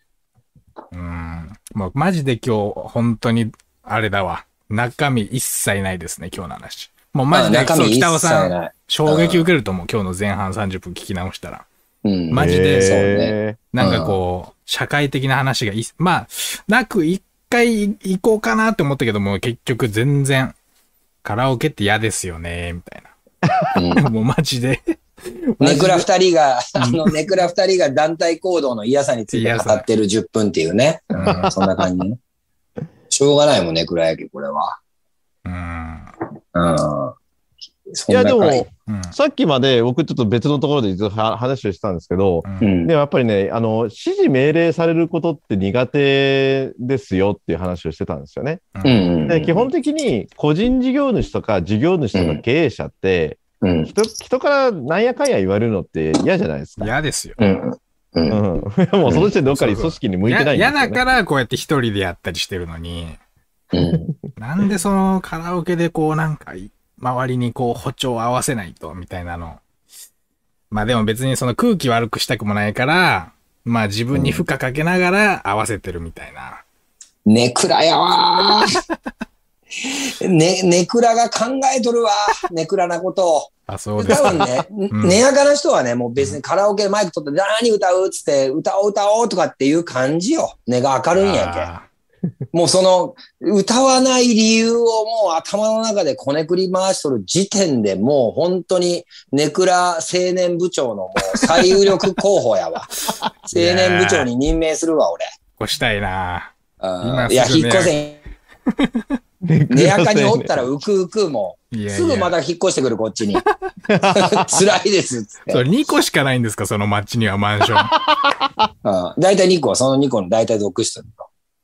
もうマジで今日、本当に、あれだわ。中身一切ないですね、今日の話。もうマジで、北尾さん、衝撃受けると思う、今日の前半30分聞き直したら。マジで、なんかこう、社会的な話がまあ、なく一回行こうかなって思ったけども、結局全然、カラオケって嫌ですよね、みたいな。もうマジで。 ネクラ二人が、ネクラ二人が団体行動の嫌さについて語ってる10分っていうね。そんな感じね。しょうがないもんね、ネクラやけ、これは。 いや、でも、さっきまで僕ちょっと別のところで話をしてたんですけど、でもやっぱりね、指示命令されることって苦手ですよっていう話をしてたんですよね。で、基本的に個人事業主とか事業主とか経営者って、人からなんやかんや言われるのって嫌じゃないですか。 嫌ですよ。 もうその時点でどっかに組織に向いてないんですよ、ね。 嫌だからこうやって一人でやったりしてるのに、なんでそのカラオケでこうなんか周りにこう歩調を合わせないとみたいなの。まあでも別にその空気悪くしたくもないから、 まあ自分に負荷かけながら合わせてるみたいな。 ネクラやわー。ネクラが考えとるわ。ネクラなことを。 あ、そうです多分ね、ネヤカな人はね、もう別にカラオケマイク取って何歌うっつって、歌おうとかっていう感じよ。根が明るいんやけ。もうその、歌わない理由をもう頭の中でこねくり回しとる時点でもう本当にネクラ青年部長のもう最有力候補やわ。青年部長に任命するわ、俺。 越したいな。 いや、引っ越せん。寝やかにおったらうくうくもう、すぐまた引っ越してくるこっちに。辛いですっつって。 それ2個しかないんですか、その町にはマンション。だいたい2個はその2個のだいたい属してると。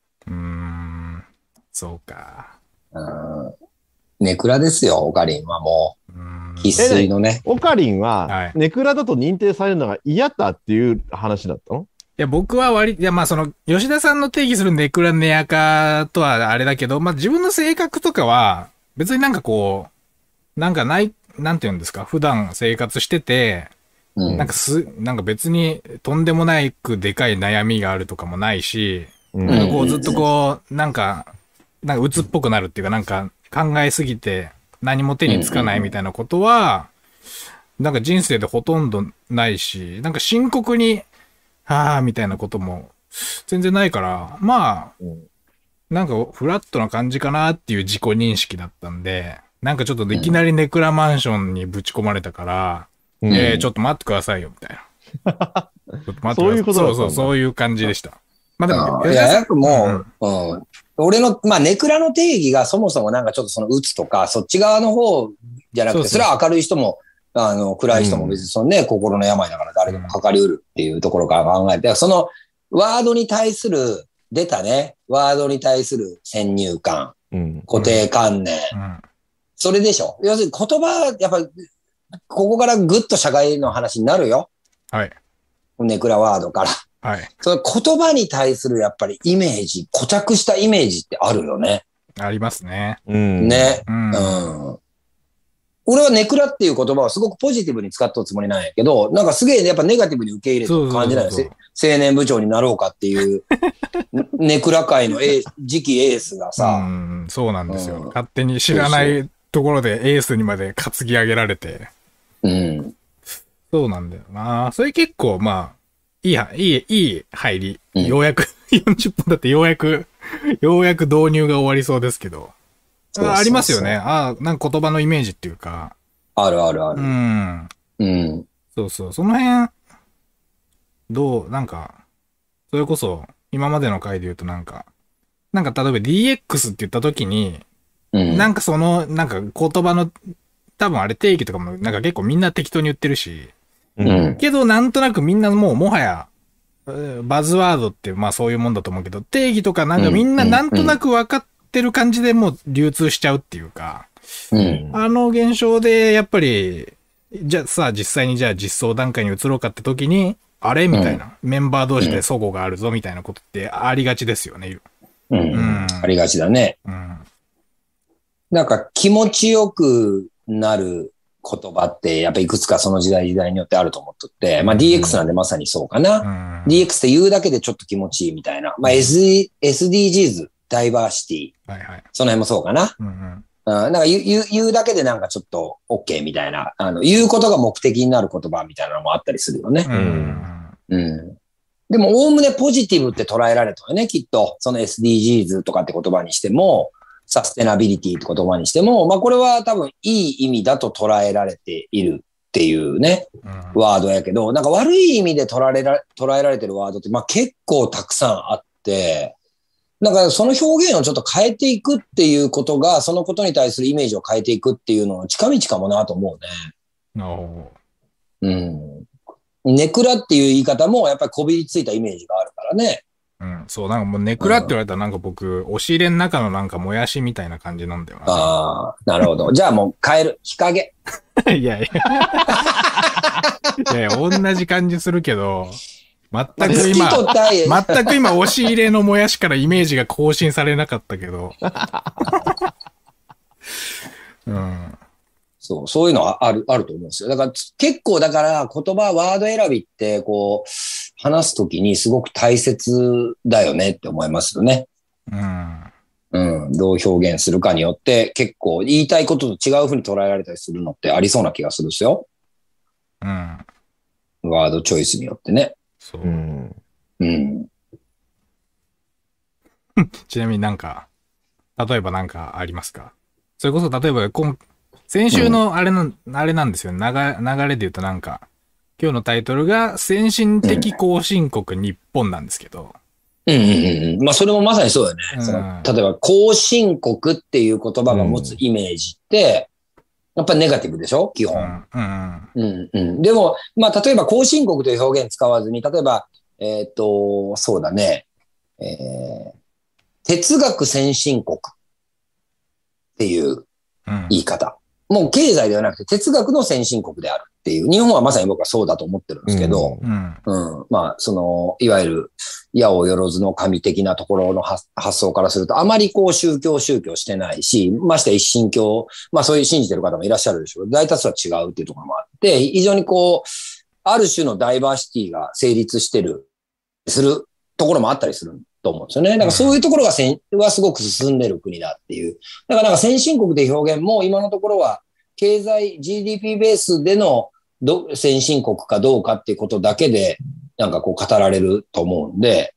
そうか。 ネクラですよ、オカリンはもう。必須のね。 オカリンは、ネクラだと認定されるのが嫌だっていう話だったの？ いや、僕はまあその、吉田さんの定義するネクラネアカとはあれだけど、まあ自分の性格とかは、別になんかこう、なんかなんて言うんですか、普段生活してて、なんか別にとんでもないくでかい悩みがあるとかもないし、なんかこうずっとこう、なんか鬱っぽくなるっていうか、なんか考えすぎて何も手につかないみたいなことは、なんか人生でほとんどないし、なんか深刻に、みたいなことも全然ないから、まあ、なんかフラットな感じかなっていう自己認識だったんで、なんかちょっといきなりネクラマンションにぶち込まれたから、ちょっと待ってくださいよ、みたいな。 そういうことだったんだ。 そういう感じでした。まあでも、 いや、もう、俺の、まあ、ネクラの定義がそもそもなんかちょっとその鬱とか、そっち側の方じゃなくて、それは明るい人も、暗い人も別にそのね、心の病だから誰でもかかりうるっていうところから考えて、そのワードに対する、出たね、ワードに対する先入観、固定観念、それでしょ。要するに言葉、やっぱり、ここからぐっと社会の話になるよ。 はい。 ネクラワードから。 はい。 その言葉に対するやっぱりイメージ、固着したイメージってあるよね。 ありますね。 ね。俺はネクラっていう言葉をすごくポジティブに使ったつもりなんやけど、なんかすげえやっぱネガティブに受け入れた感じなんですよ。青年部長になろうかっていう、ネクラ界の次期エースがさ。 そうなんですよ。勝手に知らないところでエースにまで担ぎ上げられて。そうなんだよな。それ結構まあ、いい入り。ようやく、40分だってようやく導入が終わりそうですけど。ありますよね。なんか言葉のイメージっていうか。 ある。 そう。その辺、なんか、それこそ、今までの回で言うとなんか例えば DX って言った時に、なんかなんか言葉の、多分あれ定義とかもなんか結構みんな適当に言ってるし、けどなんとなくみんなもはや、バズワードってまあそういうもんだと思うけど、定義とかなんかみんななんとなく分かってる感じでもう流通しちゃうっていうか、あの現象でやっぱり、じゃあさ、実際にじゃあ実装段階に移ろうかって時に、あれみたいな、メンバー同士で齟齬があるぞみたいなことってありがちですよね。 ありがちだね。なんか気持ちよくなる言葉ってやっぱいくつかその時代によってあると思っとって、まあ DX なんでまさにそうかな。DX って言うだけでちょっと気持ちいいみたいな。まあ SDGs、ダイバーシティ。その辺もそうかな。なんか言うだけでなんかちょっと OK みたいな、言うことが目的になる言葉みたいなのもあったりするよね。でも、おおむねポジティブって捉えられたよね、きっと。その SDGs とかって言葉にしても、サステナビリティって言葉にしても、まあこれは多分いい意味だと捉えられているっていうね、ワードやけど、なんか悪い意味で捉えられてるワードって、まあ結構たくさんあって、なんかその表現をちょっと変えていくっていうことが、そのことに対するイメージを変えていくっていうのの近道かもなと思うね。ネクラっていう言い方もやっぱりこびりついたイメージがあるからね。 そう、なんかもうネクラって言われたらなんか僕、押し入れの中のなんかもやしみたいな感じなんだよな。なるほど。じゃあもう変える。日陰。 いや、同じ感じするけど、全く今押し入れのもやしからイメージが更新されなかったけど。 そういうのはあると思うんですよ。だから結構だから言葉、ワード選びってこう、 話すときにすごく大切だよねって思いますよね。どう表現するかによって結構言いたいことと違うふうに捉えられたりするのってありそうな気がするんですよ。ワードチョイスによってね。 そう。ちなみになんか、例えばなんかありますか？それこそ例えば先週のあれなんですよね。流れで言うとなんか、今日のタイトルが先進的後進国日本なんですけど。 まあそれもまさにそうだよね。例えば後進国っていう言葉が持つイメージって、やっぱネガティブでしょ基本。でも、まあ例えば後進国という表現使わずに、例えば、そうだね。哲学先進国っていう言い方。もう経済ではなくて哲学の先進国であるっていう。日本はまさに僕はそうだと思ってるんですけど、まあ、いわゆる、矢をよろずの神的なところの発想からすると、あまりこう宗教してないし、まして一神教、まあそういう信じてる方もいらっしゃるでしょう。大多数は違うっていうところもあって、非常にこう、ある種のダイバーシティが成立するところもあったりすると思うんですよね。だからそういうところがはすごく進んでる国だっていう。だからなんか先進国で表現も今のところは経済 GDP ベースでの先進国かどうかっていうことだけでなんかこう語られると思うんで、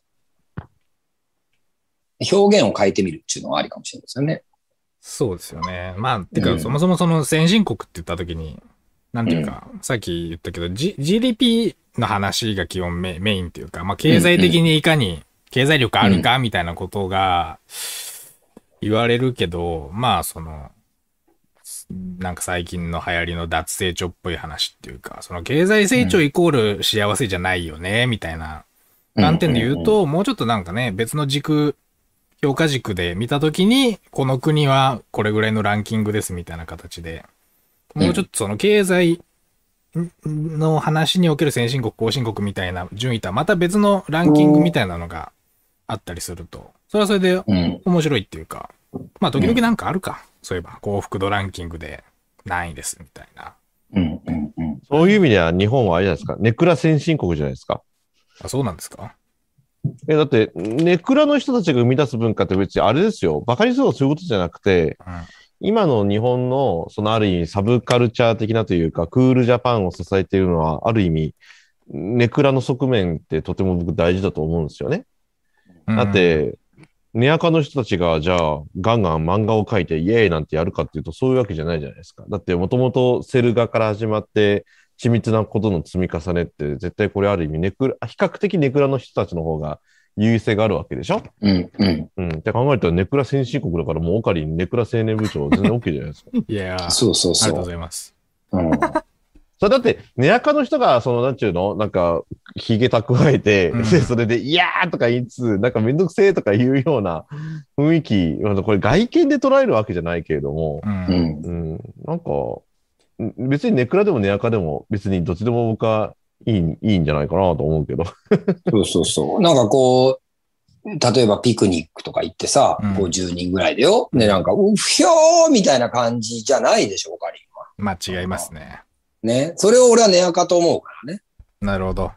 表現を変えてみるっていうのはありかもしれないですよね。 そうですよね。まあ、てか、そもそもその先進国って言ったときに、なんていうか、さっき言ったけど、GDP の話が基本メインっていうか、まあ、経済的にいかに経済力あるかみたいなことが言われるけど、まあ、なんか最近の流行りの脱成長っぽい話っていうか、その経済成長イコール幸せじゃないよね、みたいな観点で言うと、もうちょっとなんかね、別の評価軸で見たときに、この国はこれぐらいのランキングですみたいな形で、もうちょっとその経済の話における先進国、後進国みたいな順位とはまた別のランキングみたいなのがあったりすると、それはそれで面白いっていうか、まあ時々なんかあるか。そういえば幸福度ランキングで何位ですみたいな。 そういう意味では日本はあれじゃないですか。ネクラ先進国じゃないですか。 あ、そうなんですか？ だって、ネクラの人たちが生み出す文化って別にあれですよ。バカにするのそういうことじゃなくて、今の日本の、ある意味サブカルチャー的なというか、クールジャパンを支えているのは、ある意味、ネクラの側面ってとても僕大事だと思うんですよね。だって、ネアカの人たちが、じゃあ、ガンガン漫画を描いてイエーイなんてやるかっていうと、そういうわけじゃないじゃないですか。だって、もともとセル画から始まって、緻密なことの積み重ねって、絶対これある意味比較的ネクラの人たちの方が優位性があるわけでしょ。って考えたらネクラ先進国だからもうオカリンネクラ青年部長全然 OK じゃないですか。 いやそう。 ありがとうございます。 それだって、ネアカの人が、なんちゅうのなんか、髭蓄えて、それで、いやーとか言いつつ、なんかめんどくせーとか言うような雰囲気、これ外見で捉えるわけじゃないけれども、なんか、別にネクラでもネアカでも、別にどっちでも僕はいいんじゃないかなと思うけど。 そう。なんかこう、例えばピクニックとか行ってさ、50人ぐらいでよ。で、なんか、うひょーみたいな感じじゃないでしょ、オカリンは。 まあ違いますね。 ね。それを俺はネアカと思うからね。 なるほど。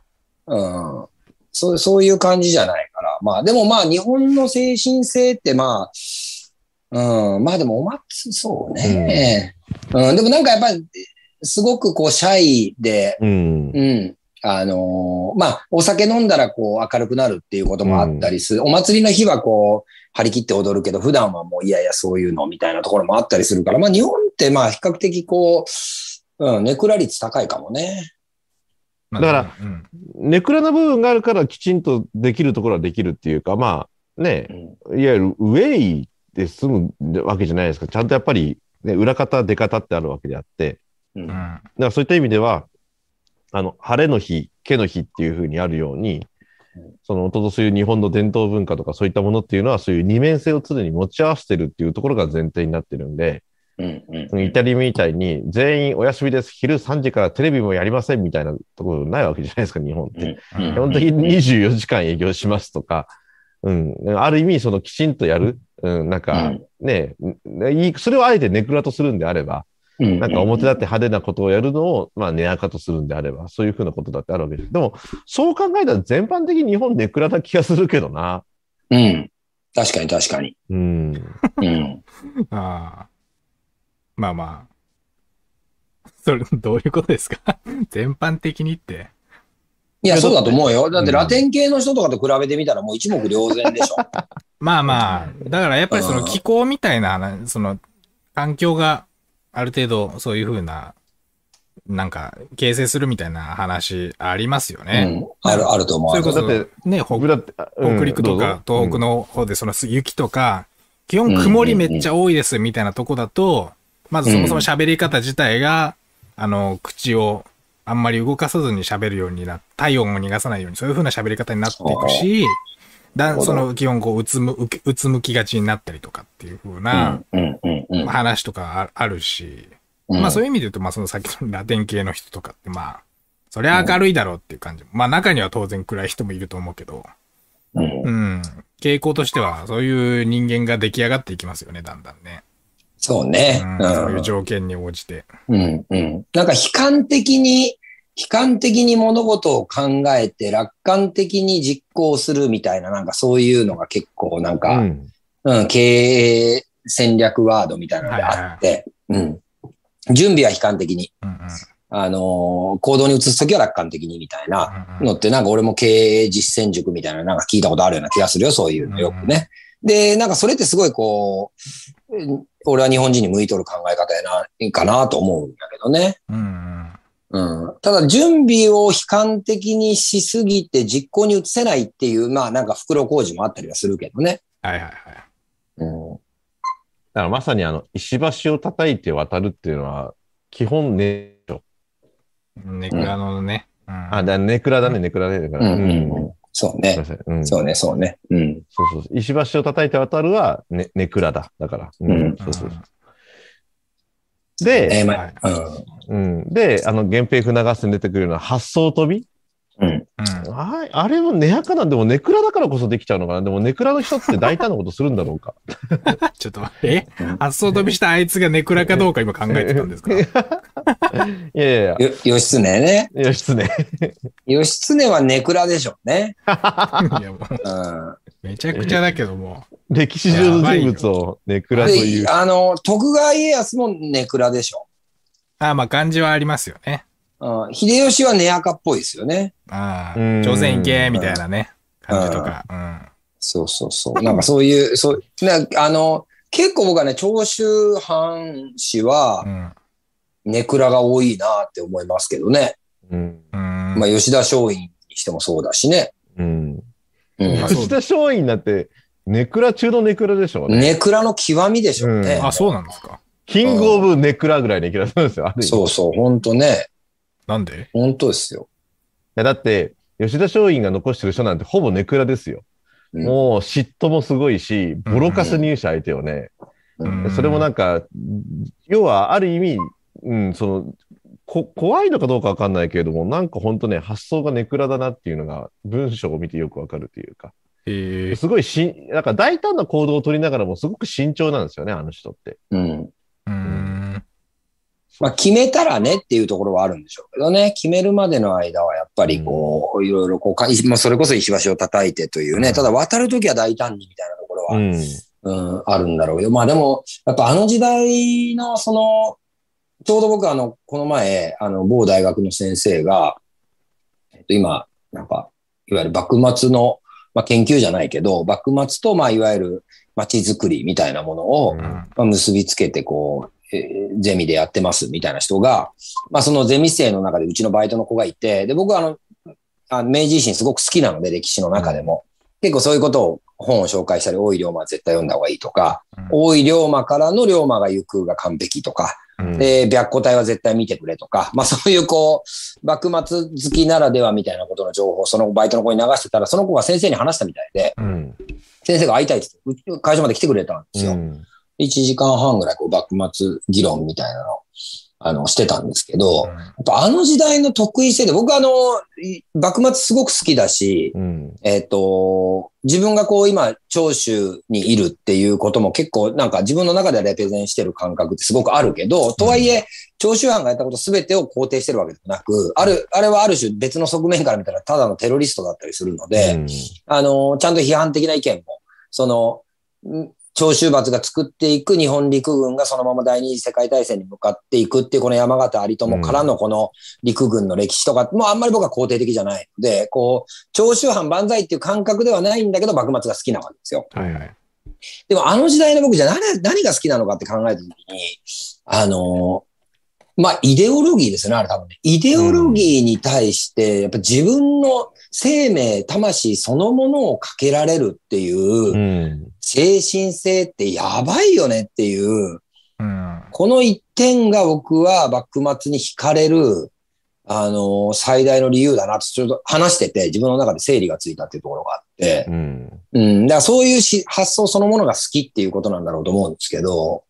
そういう感じじゃないから。まあでもまあ日本の精神性ってまあ、まあでもそうね。でもなんかやっぱりすごくこうシャイで、まあお酒飲んだらこう明るくなるっていうこともあったりする。お祭りの日はこう張り切って踊るけど普段はもういやいやそういうのみたいなところもあったりするから、まあ日本ってまあ比較的こう、ネクラ率高いかもね。 だから、ネクラな部分があるからきちんとできるところはできるっていうか、まあね、いわゆるウェイで済むわけじゃないですか。ちゃんとやっぱり、ね、裏方、出方ってあるわけであって、だからそういった意味では、晴れの日、毛の日っていうふうにあるように、そういう日本の伝統文化とかそういったものっていうのは、そういう二面性を常に持ち合わせてるっていうところが前提になってるんで、イタリアみたいに全員お休みです。昼3時からテレビもやりませんみたいなところないわけじゃないですか、日本って。基本的に24時間営業しますとか、ある意味きちんとやる、なんかね、それをあえてネクラとするんであれば、 なんか表立って派手なことをやるのを、まあ、根垢とするんであれば、そういうふうなことだってあるわけです。でも、そう考えたら全般的に日本ネクラな気がするけどな。 うん。確かに確かに。 うん。 うん。 ああ。まあまあ。それ、どういうことですか全般的にって。 いや、そうだと思うよ。だってラテン系の人とかと比べてみたらもう一目瞭然でしょ。 まあまあ。だからやっぱりその気候みたいな、その、環境がある程度そういう風な、なんか、形成するみたいな話ありますよね。 あると思う。 それこそ、ね、北陸とか東北の方でその雪とか、基本曇りめっちゃ多いですみたいなとこだと、まずそもそも喋り方自体が、口をあんまり動かさずに喋るように体温を逃がさないように、そういう風な喋り方になっていくし、その基本こううつむきがちになったりとかっていう風な話とかあるし、まあそういう意味で言うと、まあそのさっきのラテン系の人とかってまあ、そりゃ明るいだろうっていう感じ。まあ中には当然暗い人もいると思うけど、傾向としてはそういう人間が出来上がっていきますよね、だんだんね。 そうね。 そういう条件に応じて。 なんか悲観的に物事を考えて楽観的に実行するみたいな、なんかそういうのが結構なんか、経営戦略ワードみたいなのであって、準備は悲観的に。行動に移すときは楽観的にみたいなのって、なんか俺も経営実践塾みたいななんか聞いたことあるような気がするよ、そういうのよくね。で、なんかそれってすごいこう、俺は日本人に向いとる考え方やないかなと思うんだけどね。ただ準備を悲観的にしすぎて実行に移せないっていう、まあなんか袋小路もあったりはするけどね。 はいはいはい。 だからまさに石橋を叩いて渡るっていうのは、基本ね、 ネクラのね。 ネクラだね、ネクラね。 そうね。そうね、そうね。 そう。石橋を叩いて渡るはネクラだ。だから。そう。で、で、源平船合戦に出てくるような発想飛びあれも根垢なんでもネクラだからこそできちゃうのかな。でもネクラの人って大胆なことするんだろうか。 ちょっと待って、発想飛びしたあいつがネクラかどうか今考えてたんですか？いや。 義経ね。 義経。 義経はネクラでしょうね。いやもう、めちゃくちゃだけども。 歴史上の人物をネクラという。 徳川家康もネクラでしょ。 まあ感じはありますよね。 秀吉は根垢っぽいですよね。 朝鮮行けみたいなね、感じとか。 そう。なんかそういう、結構僕はね、長州藩士は、ネクラが多いなって思いますけどね。まあ吉田松陰にしてもそうだしね。 吉田松陰だって、ネクラ中のネクラでしょうね。 ネクラの極みでしょうね。 そうなんですか。 キングオブネクラぐらいネクラなんですよ。 そう、ほんとね。 なんで？ 本当ですよ。 いや、だって、吉田松陰が残してる人なんてほぼネクラですよ。もう嫉妬もすごいし、ボロカス入手相手をね。それもなんか、要はある意味、怖いのかどうかわかんないけれども、なんかほんとね、発想がネクラだなっていうのが文章を見てよくわかるというか。すごいなんか大胆な行動を取りながらもすごく慎重なんですよね、あの人って。 まあ決めたらねっていうところはあるんでしょうけどね。決めるまでの間はやっぱりこう、いろいろこう、まあそれこそ石橋を叩いてというね。ただ渡るときは大胆にみたいなところは、あるんだろうけど。まあでも、やっぱあの時代のちょうど僕この前、某大学の先生が、今、なんか、いわゆる幕末の、まあ研究じゃないけど、幕末とまあいわゆる街づくりみたいなものを、まあ結びつけてこう、ゼミでやってますみたいな人が、まあそのゼミ生の中でうちのバイトの子がいて、で、僕は明治維新すごく好きなので、歴史の中でも。結構そういうことを本を紹介したり、大井龍馬は絶対読んだ方がいいとか、大井龍馬からの龍馬が行くが完璧とか、で、白虎隊は絶対見てくれとか、まあそういうこう、幕末好きならではみたいなことの情報をそのバイトの子に流してたら、その子が先生に話したみたいで、先生が会いたいって言って、会社まで来てくれたんですよ。1時間半ぐらいこう幕末議論みたいなしてたんですけど、やっぱあの時代の得意性で、僕幕末すごく好きだし、自分がこう今、長州にいるっていうことも結構なんか自分の中でレペゼンしてる感覚ってすごくあるけど、とはいえ、長州藩がやったこと全てを肯定してるわけでもなく、あれはある種別の側面から見たらただのテロリストだったりするので、ちゃんと批判的な意見も、長州閥が作っていく日本陸軍がそのまま第二次世界大戦に向かっていくっていうこの山形有朋からのこの陸軍の歴史とか、もうあんまり僕は肯定的じゃないので、こう、長州藩万歳っていう感覚ではないんだけど幕末が好きなわけですよ。 はいはい。 でもあの時代の僕じゃ何が好きなのかって考えたときに、イデオロギーですよね、あれ多分ね。イデオロギーに対して、やっぱ自分の生命、魂そのものをかけられるっていう、精神性ってやばいよねっていう、この一点が僕は幕末に惹かれる、最大の理由だなと、ちょっと話してて、自分の中で整理がついたっていうところがあって、だからそういう発想そのものが好きっていうことなんだろうと思うんですけど、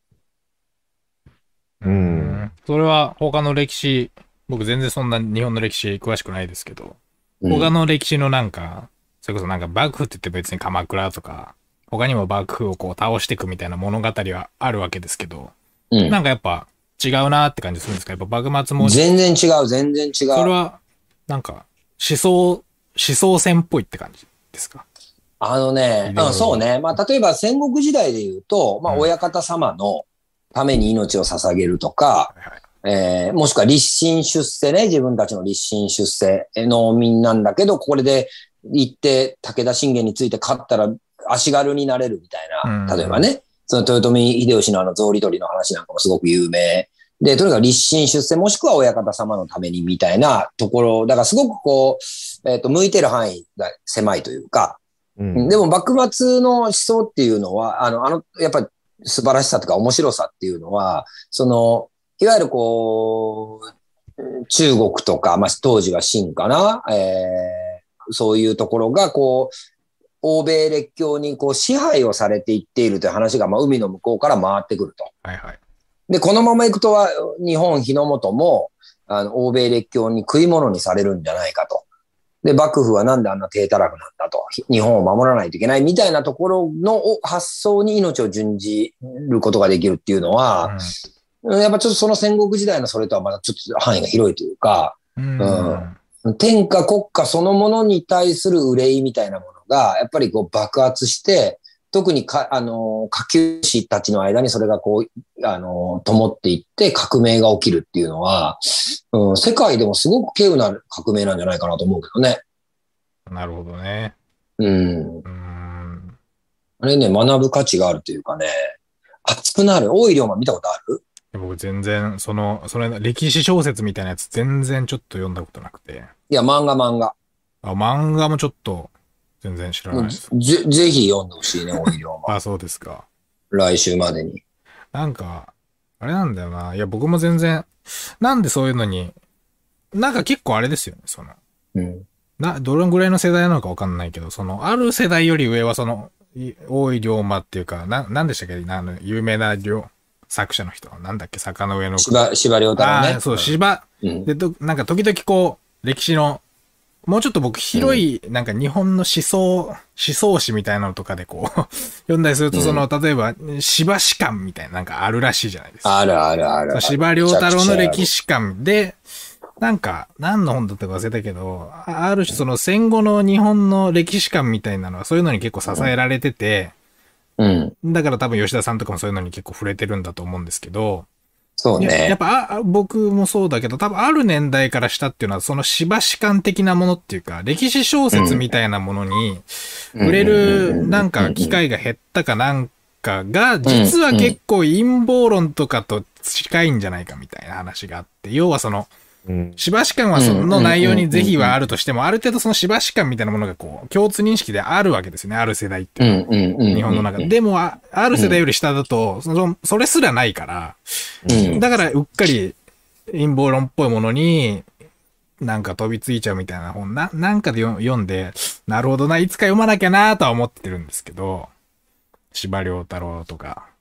それは他の歴史、僕全然そんな日本の歴史詳しくないですけど、他の歴史のなんか、それこそなんか幕府って言って別に鎌倉とか、他にも幕府をこう倒していくみたいな物語はあるわけですけど、なんかやっぱ違うなって感じするんですか？やっぱ幕末も。 全然違う。それは、なんか、思想戦っぽいって感じですか？ そうね。例えば戦国時代で言うと、親方様のために命を捧げるとか、もしくは立身出世ね、自分たちの立身出世、農民なんだけど、これで行って武田信玄について勝ったら足軽になれるみたいな、例えばね、その豊臣秀吉の草履取りの話なんかもすごく有名。で、とにかく立身出世もしくは親方様のためにみたいなところ、だからすごくこう、向いてる範囲が狭いというか、でも幕末の思想っていうのは、やっぱり素晴らしさとか面白さっていうのは、いわゆるこう、中国とか、当時は清かな、そういうところが、こう、欧米列強にこう支配をされていっているという話が、海の向こうから回ってくると。で、このまま行くとは、日本日の本も、欧米列強に食い物にされるんじゃないかと。で、幕府はなんであんな低たらくなんだと。日本を守らないといけないみたいなところの発想に命を準じることができるっていうのは、やっぱちょっとその戦国時代のそれとはまたちょっと範囲が広いというか、天下国家そのものに対する憂いみたいなものが、やっぱりこう爆発して、特に下級士たちの間にそれがこう、灯っていって革命が起きるっていうのは、世界でもすごく稀有な革命なんじゃないかなと思うけどね。 なるほどね。 あれね、学ぶ価値があるというかね、熱くなる。大井龍馬見たことある？ 僕全然、それ、歴史小説みたいなやつ全然ちょっと読んだことなくて。 いや、漫画。 漫画もちょっと全然知らないです。 ぜひ読んでほしいね、大井龍馬。 そうですか。 来週までに。 なんか、あれなんだよな。いや、僕も全然、なんでそういうのに、なんか結構あれですよね、どれぐらいの世代なのかわかんないけど、ある世代より上は大井龍馬っていうか、なんでしたっけ、有名な作者の人は、なんだっけ、坂の上の。 司馬遼太郎ね。 そう、で、なんか時々こう、歴史の、もうちょっと僕広い、なんか日本の思想史みたいなのとかでこう、読んだりすると、例えば、司馬史観みたいななんかあるらしいじゃないですか。 ある。 司馬遼太郎の歴史観で、なんか、何の本だったか忘れたけど、ある種戦後の日本の歴史観みたいなのはそういうのに結構支えられてて、だから多分吉田さんとかもそういうのに結構触れてるんだと思うんですけど、 そうね。 やっぱ僕もそうだけど、多分ある年代からしたっていうのは、その司馬史観的なものっていうか、歴史小説みたいなものに触れるなんか機会が減ったかなんかが、実は結構陰謀論とかと近いんじゃないかみたいな話があって、要は司馬史観はその内容に是非はあるとしても、ある程度その司馬史観みたいなものがこう、共通認識であるわけですよね、ある世代って。日本の中で。でも、ある世代より下だと、それすらないから、だからうっかり陰謀論っぽいものに、なんか飛びついちゃうみたいな本、なんかで読んで、なるほどな、いつか読まなきゃなとは思ってるんですけど、司馬遼太郎とか、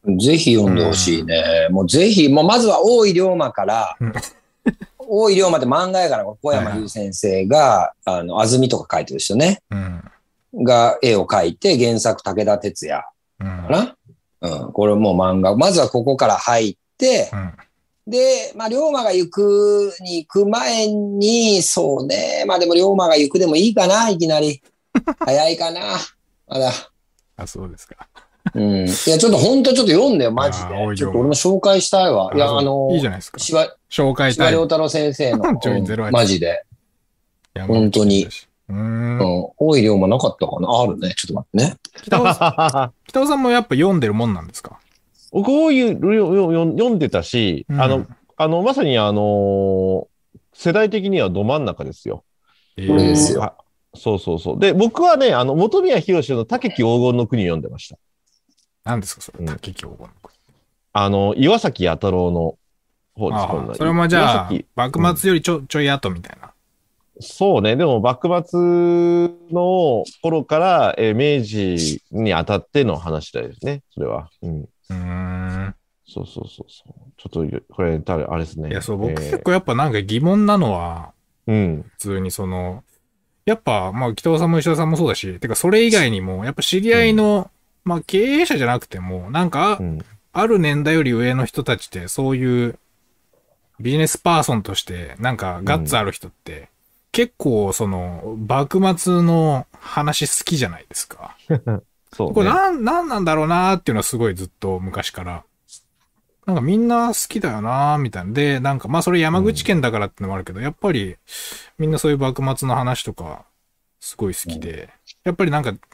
ぜひ読んでほしいね。もうぜひ、もうまずは大井龍馬から、大井龍馬って漫画やから、小山優先生が、安住とか書いてる人ね。が絵を描いて、原作武田鉄矢かな。これもう漫画。まずはここから入って、で、まあ、龍馬が行く前に、そうね。まあでも龍馬が行くでもいいかな、いきなり。早いかな。まだ。 あ、そうですか。 いや、ちょっとほんとちょっと読んでよ、マジで。ちょっと俺も紹介したいわ。いや、 いいじゃないですか。 紹介したい。司馬遼太郎先生の。マジで。本当に。大井龍馬なかったかなあるね。ちょっと待ってね。 北尾さんもやっぱ読んでるもんなんですか？ 僕、大井読んでたし、まさに世代的にはど真ん中ですよ。 これですよ。 そう。で、僕はね、本宮宏の武木黄金の国読んでました。 何ですか、それ。武木黄金の国。岩崎弥太郎の方です。 それもじゃあ、幕末よりちょい後みたいな。 そうね。でも、幕末の頃から、明治にあたっての話だよね。それは。そう。ちょっと、これ、あれですね。 いや、そう、僕結構やっぱなんか疑問なのは、普通にやっぱ、まあ、北尾さんも石田さんもそうだし、てか、それ以外にも、やっぱ知り合いの、まあ、経営者じゃなくても、なんか、ある年代より上の人たちって、そういうビジネスパーソンとして、なんか、ガッツある人って、結構、幕末の話好きじゃないですか。そう、ね。これなんなんだろうなーっていうのはすごいずっと昔から。なんかみんな好きだよなーみたいな。で、なんかまあそれ山口県だからってのもあるけど、やっぱりみんなそういう幕末の話とかすごい好きで、やっぱりなんか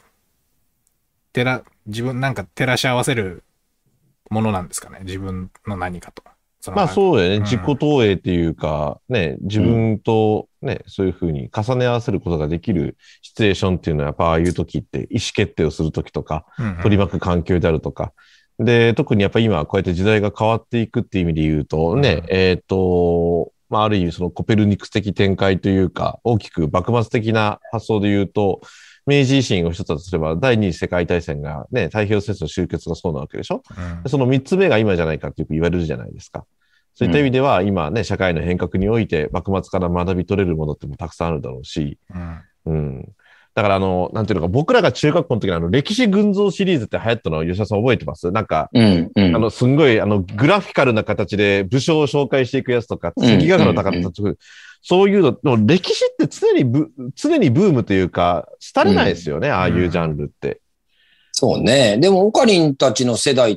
自分なんか照らし合わせるものなんですかね。自分の何かと。 まあそうだよね。自己投影っていうか、ね、自分とね、そういうふうに重ね合わせることができるシチュエーションっていうのはやっぱああいう時って意思決定をする時とか、取り巻く環境であるとか、で、特にやっぱり今こうやって時代が変わっていくっていう意味で言うとね、まあある意味そのコペルニクス的展開というか、大きく幕末的な発想で言うと、明治維新を一つだとすれば、第二次世界大戦がね、太平洋戦争の終結がそうなわけでしょ、その三つ目が今じゃないかってよく言われるじゃないですか。そういった意味では、今ね、社会の変革において、幕末から学び取れるものってもたくさんあるだろうし、だからなんていうのか、僕らが中学校の時の歴史群像シリーズって流行ったの、吉田さん覚えてます？なんか、すんごい、グラフィカルな形で武将を紹介していくやつとか、関ヶ原の高田とか、そういうの、歴史って常にブームというか、廃れないですよね、ああいうジャンルって。 そうね。でも、オカリンたちの世代って、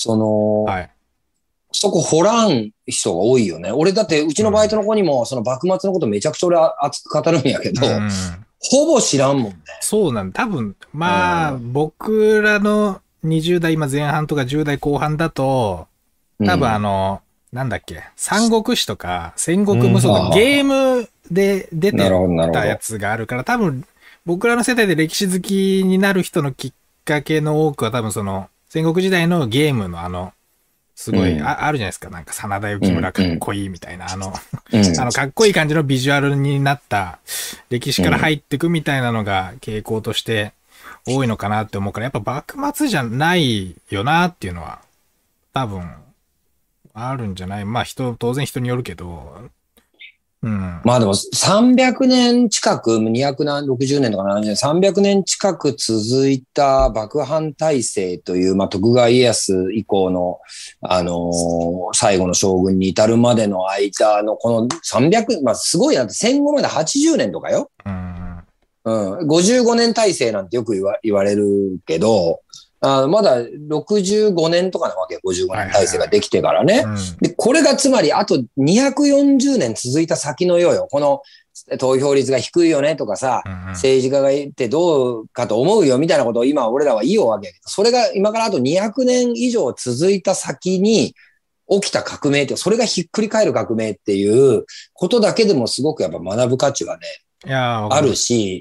そこ掘らん人が多いよね。俺だって、うちのバイトの子にも、幕末のことめちゃくちゃ俺熱く語るんやけど、ほぼ知らんもんね。 そうなんだ。多分、まあ、僕らの20代今前半とか10代後半だと、多分なんだっけ、三国志とか戦国無双とかゲームで出てたやつがあるから、多分僕らの世代で歴史好きになる人のきっかけの多くは多分戦国時代のゲームのすごい、あるじゃないですか。なんか、真田幸村かっこいいみたいな、かっこいい感じのビジュアルになった歴史から入ってくみたいなのが傾向として多いのかなって思うから、やっぱ幕末じゃないよなっていうのは、多分、あるんじゃない？まあ当然人によるけど、 まあでも300年近く、260年とか70年、300年近く続いた幕藩体制という、まあ徳川家康以降の、最後の将軍に至るまでの間のこの300、まあすごいなって、戦後まで80年とかよ。55年体制なんてよく言われるけど、まだ65年とかなわけよ、55年体制ができてからね。で、これがつまりあと240年続いた先の世よ。この投票率が低いよねとかさ、政治家がいてどうかと思うよみたいなことを今俺らは言おうわけやけど、それが今からあと200年以上続いた先に起きた革命って、それがひっくり返る革命っていうことだけでもすごくやっぱ学ぶ価値はね、あるし、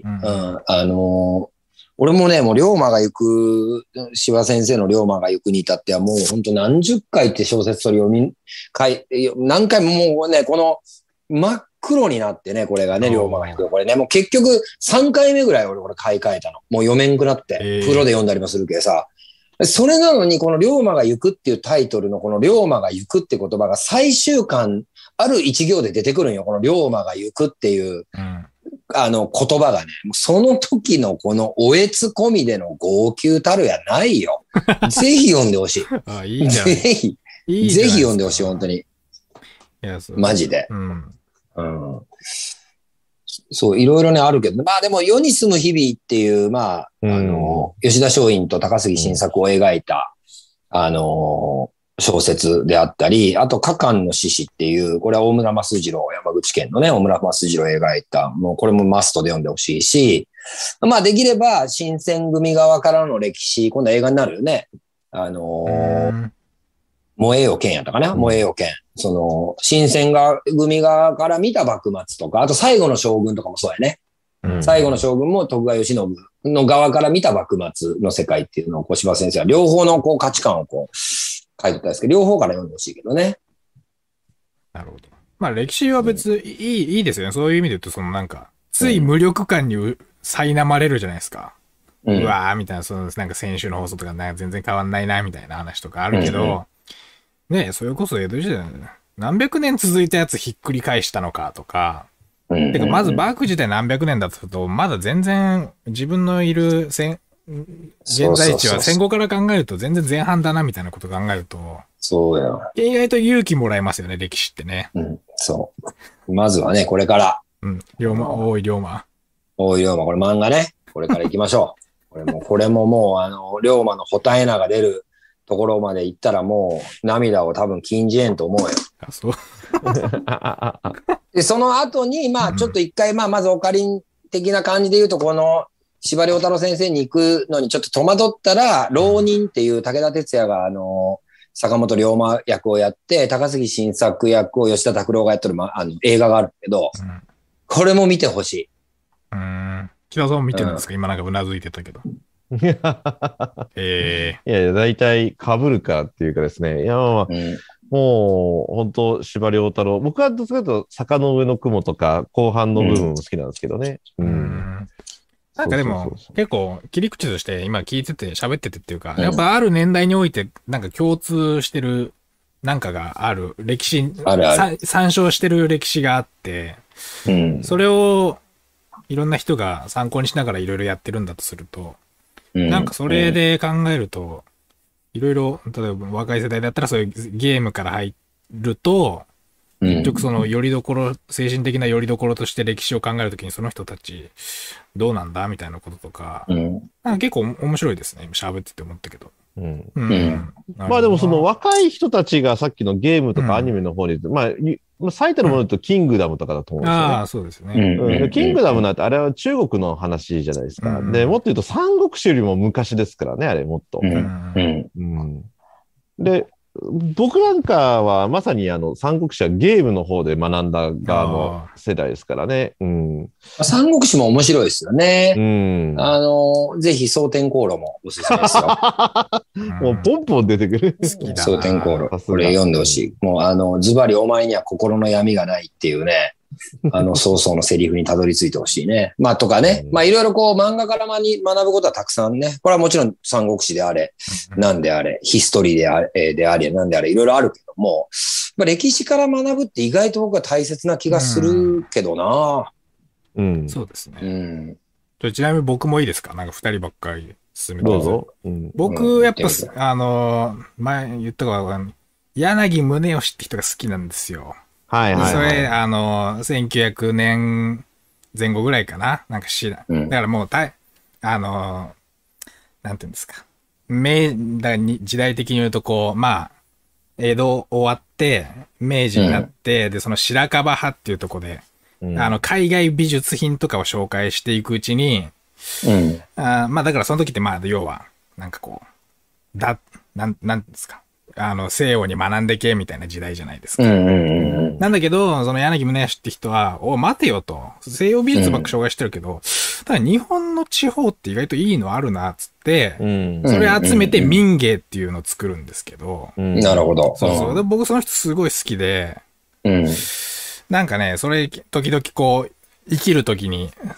俺もね、もう龍馬が行く、司馬先生の龍馬が行くに至ってはもう本当何十回って小説それ何回ももうね、この真っ黒になってね、これがね、龍馬が行く。これね、もう結局3回目ぐらい俺買い替えたの。もう読めんくなって、プロで読んだりもするけどさ、 それなのに、この龍馬が行くっていうタイトルのこの龍馬が行くって言葉が最終巻、ある一行で出てくるんよ。この龍馬が行くっていう、言葉がね、その時のこのおえつ込みでの号泣たるやないよ。ぜひ読んでほしい。 あ、いいじゃん。 ぜひ読んでほしい、本当に。いや、 マジで。そう、いろいろね、あるけど、まあでも、世に住む日々っていう、まあ、吉田松陰と高杉晋作を描いた、小説であったり、あと、加冠の獅子っていう、これは大村益次郎、山口県のね、大村益次郎を描いた、もうこれもマストで読んでほしいし、まあできれば、新選組側からの歴史、今度は映画になるよね。燃えよ剣やったかな、燃えよ剣。その、新選組側から見た幕末とか、あと最後の将軍とかもそうやね。最後の将軍も徳川慶喜の側から見た幕末の世界っていうのを小柴先生は両方のこう価値観をこう書いてたんですけど、両方から読んでほしいけどね。 なるほど。まあ歴史は別にいいですよね。そういう意味で言うと、そのなんか、つい無力感に苛まれるじゃないですか。うわーみたいな、そのなんか先週の放送とかなんか全然変わんないなみたいな話とかあるけど、ねえ、それこそ江戸時代何百年続いたやつひっくり返したのかとか、てかまず幕府自体何百年だとまだ全然自分のいる現在地は戦後から考えると全然前半だなみたいなことを考えると、 そうや。 意外と勇気もらえますよね、歴史ってね。 そう。まずはね、これから。 龍馬、大井龍馬。 大井龍馬、これ漫画ね。これから行きましょう。これももう、龍馬のホタエナが出るところまで行ったらもう涙を多分禁じえんと思うよ。 あ、そう。 で、その後に、まあちょっと一回、まあまずオカリン的な感じで言うと、この司馬遼太郎先生に行くのにちょっと戸惑ったら、浪人っていう武田鉄矢が坂本龍馬役をやって、高杉晋作役を吉田拓郎がやってる、映画があるけど、これも見てほしい。 木田さんも見てるんですか？今なんかうなずいてたけど。 いやいや、大体被るかっていうかですね。いや、もう、本当司馬遼太郎。僕はどっちかというと、坂の上の雲とか、後半の部分も好きなんですけどね。 なんかでも、結構、切り口として今聞いてて、喋っててっていうか、やっぱある年代において、なんか共通してる、なんかがある、歴史、参照してる歴史があって、それを、いろんな人が参考にしながらいろいろやってるんだとすると、なんかそれで考えると、いろいろ、例えば若い世代だったらそういうゲームから入ると、結局その精神的な拠り所として歴史を考えるときにその人たちどうなんだみたいなこととか、なんか結構面白いですね。今喋ってて思ったけど。 まあでもその若い人たちがさっきのゲームとかアニメの方に、まあ最たるものだとキングダムとかだと思うんですよね。 ああ、そうですね。 キングダムなんてあれは中国の話じゃないですか。で、もっと言うと三国志よりも昔ですからね、あれもっと。で、僕なんかはまさに三国志はゲームの方で学んだ側の世代ですからね。 三国志も面白いですよね。ぜひ蒼天航路もおすすめですよ。 もうポンポン出てくる。 蒼天航路。これ読んでほしい。もうズバリお前には心の闇がないっていうね。曹操のセリフにたどり着いてほしいね。まあとかね。まあいろいろこう漫画から学ぶことはたくさんね。これはもちろん三国志であれ、なんであれ、ヒストリーであれ、なんであれ、いろいろあるけども、まあ、歴史から学ぶって意外と僕は大切な気がするけどな。 そうですね。ちなみに僕もいいですか？なんか二人ばっかり進めてどうぞ。 僕、やっぱ、前言ったかわかんない。柳宗悦って人が好きなんですよ。 はい。 それ、1900年前後ぐらいかな。なんかだからもう、なんていうんですか。時代的に言うとこう、まあ、江戸終わって、明治になって、で、その白樺派っていうとこで、海外美術品とかを紹介していくうちに、まあだからその時ってまあ、要は、なんかこう、なんですか。西洋に学んでけ、みたいな時代じゃないですか。なんだけど、その柳宗悦って人は、待てよと。西洋美術ばっか紹介してるけど、ただ日本の地方って意外といいのあるな、つって、それ集めて民芸っていうのを作るんですけど。 なるほど。 そう。で僕その人すごい好きで、なんかね、それ、時々こう、生きる時に、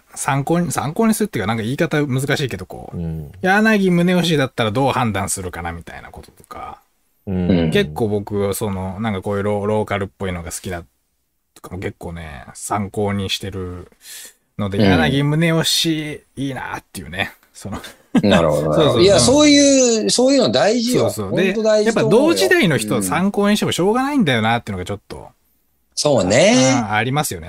参考にするっていうか、なんか言い方難しいけど、こう、柳宗悦だったらどう判断するかなみたいなこととか、結構僕、なんかこういうローカルっぽいのが好きだとかも結構ね、参考にしてるので、柳宗悦いいなっていうね、 なるほど。そうそう、いや、そういうの大事よ。 そうで、やっぱ同時代の人を参考にしてもしょうがないんだよなっていうのがちょっと。 そうね。 ありますよね。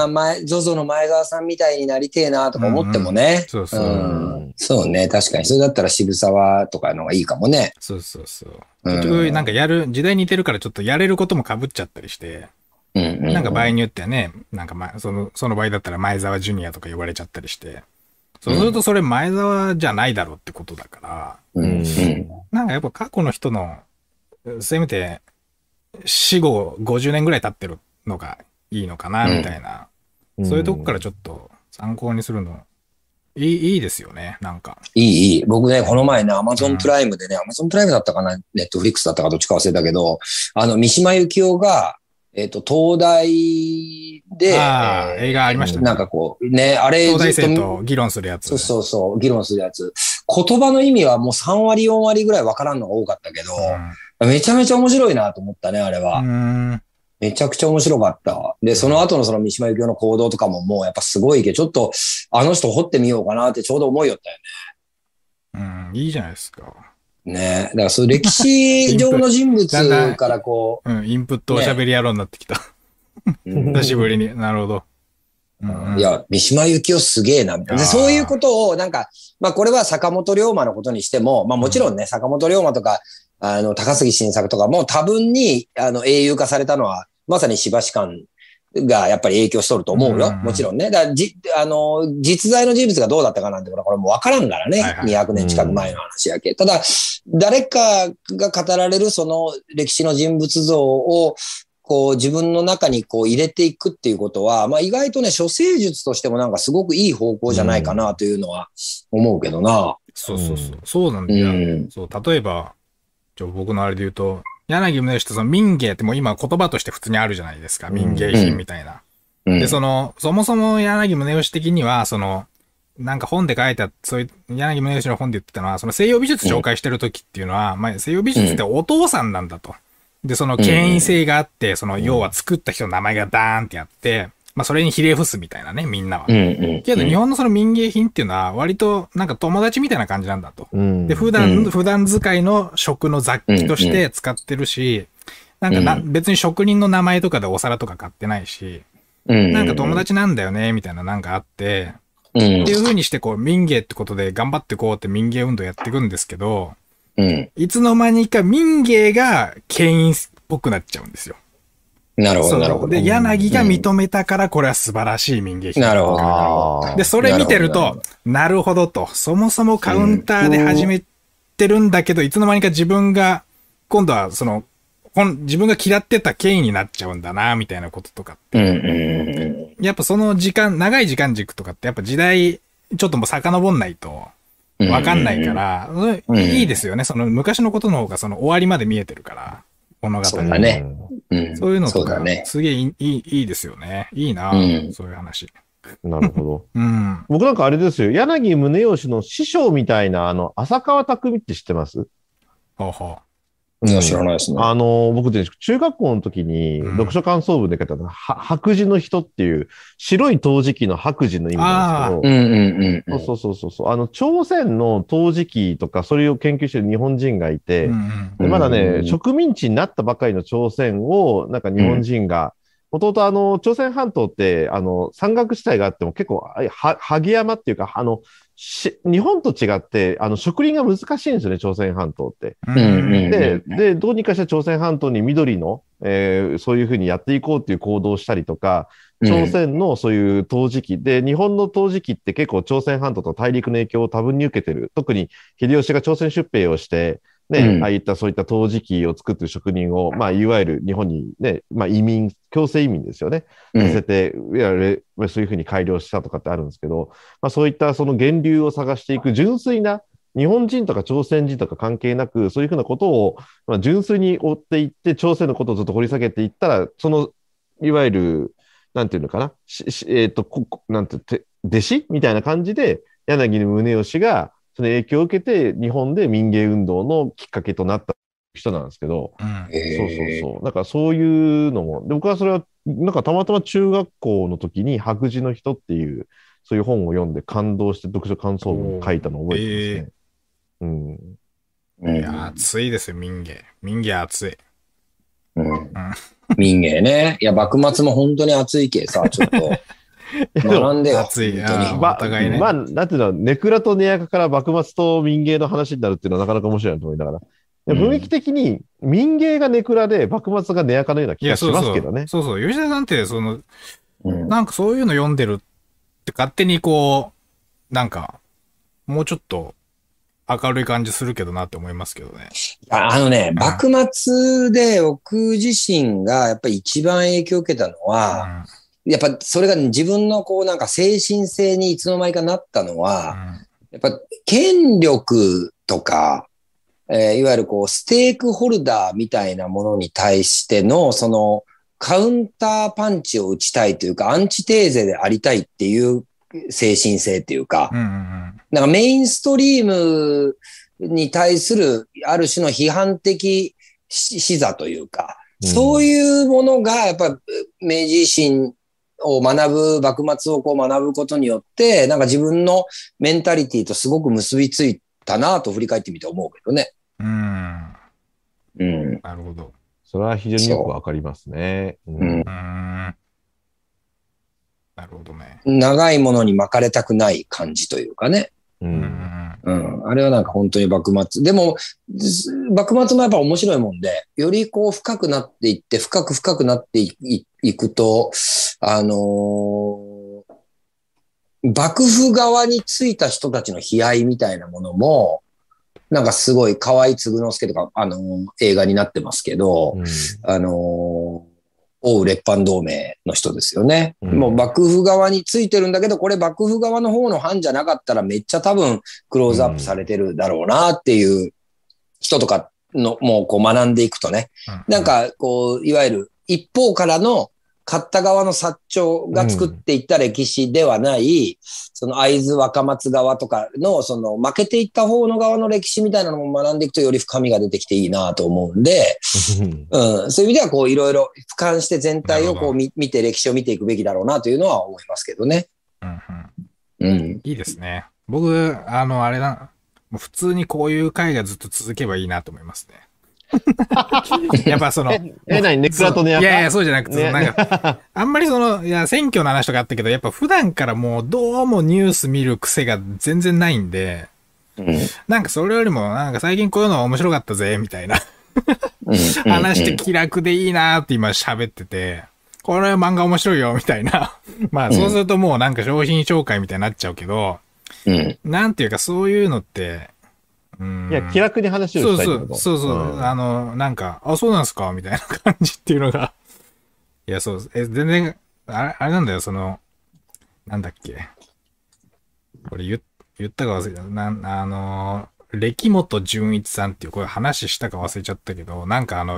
ZOZO の前澤さんみたいになりてえなとか思ってもね。そうそうね。確かに。それだったら渋沢とかのがいいかもね。 そう。結局、なんか時代似てるからちょっとやれることも被っちゃったりして。なんか場合によってはね、なんかその場合だったら前澤ジュニアとか呼ばれちゃったりして。そうするとそれ前澤じゃないだろうってことだから。なんかやっぱ過去の人の、せめて死後50年ぐらい経ってるのがいいのかな、みたいな。そういうとこからちょっと参考にするの、いいですよね、なんか。 いい。僕ね、この前ね、Amazon プライムでね、Amazon プライムだったかな、Netflix だったかどっちか忘れたけど、三島由紀夫が、東大で、 映画ありましたね。 なんかこう、ね、あれ、 東大生と議論するやつ。 そう、議論するやつ。言葉の意味はもう3割、4割ぐらいわからんのが多かったけど、めちゃめちゃ面白いなと思ったね、あれは。めちゃくちゃ面白かった。で、その後のその三島由紀夫の行動とかももうやっぱすごいけど、ちょっとあの人掘ってみようかなってちょうど思いよったよね。 いいじゃないですか。 ね。だからそういう歴史上の人物からこう。インプットを喋り野郎になってきた。久しぶりに。なるほど。 いや、三島由紀夫すげえな。で、そういうことを、なんか、まあこれは坂本龍馬のことにしても、まあもちろんね、坂本龍馬とか、高杉晋作とかも多分に、英雄化されたのは、まさに芝士官がやっぱり影響しとると思うよ。もちろんね。だから実在の人物がどうだったかなんてこれもわからんからね。200年近く前の話やけ。ただ、誰かが語られるその歴史の人物像を、こう自分の中にこう入れていくっていうことは、まあ意外とね、処世術としてもなんかすごくいい方向じゃないかなというのは思うけどな。 そうなんだよ。そう、例えば、僕のあれで言うと、柳宗悦って民芸ってもう今言葉として普通にあるじゃないですか。民芸品みたいな。で、そもそも柳宗悦的には、なんか本で書いた、そういう柳宗悦の本で言ってたのは、西洋美術紹介してる時っていうのは、まあ西洋美術ってお父さんなんだと。で、権威性があって、要は作った人の名前がダーンってやって、まあそれにひれ伏すみたいなね、みんなは。けど日本の民芸品っていうのは割となんか友達みたいな感じなんだと。で、普段使いの食の雑器として使ってるし、なんか別に職人の名前とかでお皿とか買ってないし、なんか友達なんだよね、みたいななんかあって、っていう風にして民芸ってことで頑張ってこうって民芸運動やっていくんですけど、いつの間にか民芸が権威っぽくなっちゃうんですよ。 なるほど、なるほど。 で、柳が認めたから、これは素晴らしい民芸品。 なるほど。 で、それ見てると、なるほどと、そもそもカウンターで始めてるんだけど、いつの間にか自分が、今度は自分が嫌ってた権威になっちゃうんだな、みたいなこととかって。やっぱ長い時間軸とかって、やっぱ時代、ちょっともう遡んないと、わかんないから、いいですよね。昔のことの方が終わりまで見えてるから、物語。 そうだね。 そういうのとか、すげえいいですよね。いいな、そういう話。 なるほど。僕なんかあれですよ。柳宗悦の師匠みたいな、浅川匠って知ってます？ はあ。知らないですね。 僕で中学校の時に読書感想文で書いた白磁の人っていう白い陶磁器の白磁の意味なんですけど、そう。朝鮮の陶磁器とかそれを研究してる日本人がいて、でまだね、植民地になったばかりの朝鮮をなんか日本人が、もともと朝鮮半島って山岳地帯があっても結構萩山っていうか日本と違って、植林が難しいんですよね、朝鮮半島って。で、どうにかして朝鮮半島に緑の、そういうふうにやっていこうっていう行動をしたりとか、朝鮮のそういう陶磁器で、日本の陶磁器って結構朝鮮半島と大陸の影響を多分に受けてる。特に秀吉が朝鮮出兵をして、ね、ああいったそういった陶磁器を作ってる職人を、まあ、いわゆる日本にね、まあ、強制移民ですよね。させて、いわゆるそういうふうに改良したとかってあるんですけど、まあ、そういったその源流を探していく純粋な、日本人とか朝鮮人とか関係なく、そういうふうなことを、まあ、純粋に追っていって、朝鮮のことをずっと掘り下げていったら、いわゆる、なんていうのかな、なんて弟子みたいな感じで、柳宗悦がその影響を受けて、日本で民芸運動のきっかけとなった人なんですけど、そうそうそう。だからそういうのも、で僕はそれは、なんかたまたま中学校の時に白磁の人っていう、そういう本を読んで感動して読書感想文書いたのを覚えてますね。 いや、熱いですよ、民芸。民芸熱い。 民芸ね。いや、幕末も本当に熱いけさ、ちょっと。学んでよ。 熱い。お互いね。 まあ、なんていうの、ネクラとネアカから幕末と民芸の話になるっていうのはなかなか面白いなと思いながら。雰囲気的に民芸がネクラで幕末がネアカのような気がしますけどね。 そう。吉田さんって、なんかそういうの読んでるって勝手にこう、なんか、もうちょっと明るい感じするけどなって思いますけどね。 幕末で僕自身がやっぱり一番影響を受けたのは、やっぱそれが自分のこうなんか精神性にいつの間にかなったのは、やっぱ権力とか、いわゆるこうステークホルダーみたいなものに対してのそのカウンターパンチを打ちたいというかアンチテーゼでありたいっていう精神性っていうか、なんかメインストリームに対するある種の批判的視座というか、そういうものがやっぱ明治維新を学ぶ、幕末をこう学ぶことによって、なんか自分のメンタリティとすごく結びついたなと振り返ってみて思うけどね。 なるほど。 それは非常によくわかりますね。 なるほどね。 長いものに巻かれたくない感じというかね。あれはなんか本当に幕末。でも、幕末もやっぱ面白いもんで、よりこう深くなっていって、深くなっていくと、幕府側についた人たちの悲哀みたいなものも、なんかすごい河合嗣之助とか、映画になってますけど、奥羽列藩同盟の人ですよね。もう幕府側についてるんだけど、これ幕府側の方の藩じゃなかったらめっちゃ多分クローズアップされてるだろうなっていう人とかの、もうこう学んでいくとね、なんかこう、いわゆる一方からの勝った側の薩長が作っていった歴史ではない、その会津若松側とかの、その負けていった方の側の歴史みたいなのも学んでいくとより深みが出てきていいなと思うんで、そういう意味ではこういろいろ俯瞰して全体をこう見て歴史を見ていくべきだろうなというのは思いますけどね。 いいですね。僕、あれだ、もう普通にこういう回がずっと続けばいいなと思いますね。やっぱ何ネクラとネアカ？ いや、そうじゃなくて、なんか、あんまり選挙の話とかあったけど、やっぱ普段からもうどうもニュース見る癖が全然ないんで、なんかそれよりも、なんか最近こういうの面白かったぜ、みたいな話して気楽でいいなーって今喋ってて、これ漫画面白いよ、みたいな。まあそうするともうなんか商品紹介みたいになっちゃうけど、なんていうかそういうのって、 いや、気楽に話をしたいってこと。 そう。なんか、そうなんすかみたいな感じっていうのが。いや、そう、全然、あれなんだよ、なんだっけ。これ言ったか忘れた。歴本純一さんっていう、これ話したか忘れちゃったけど、なんか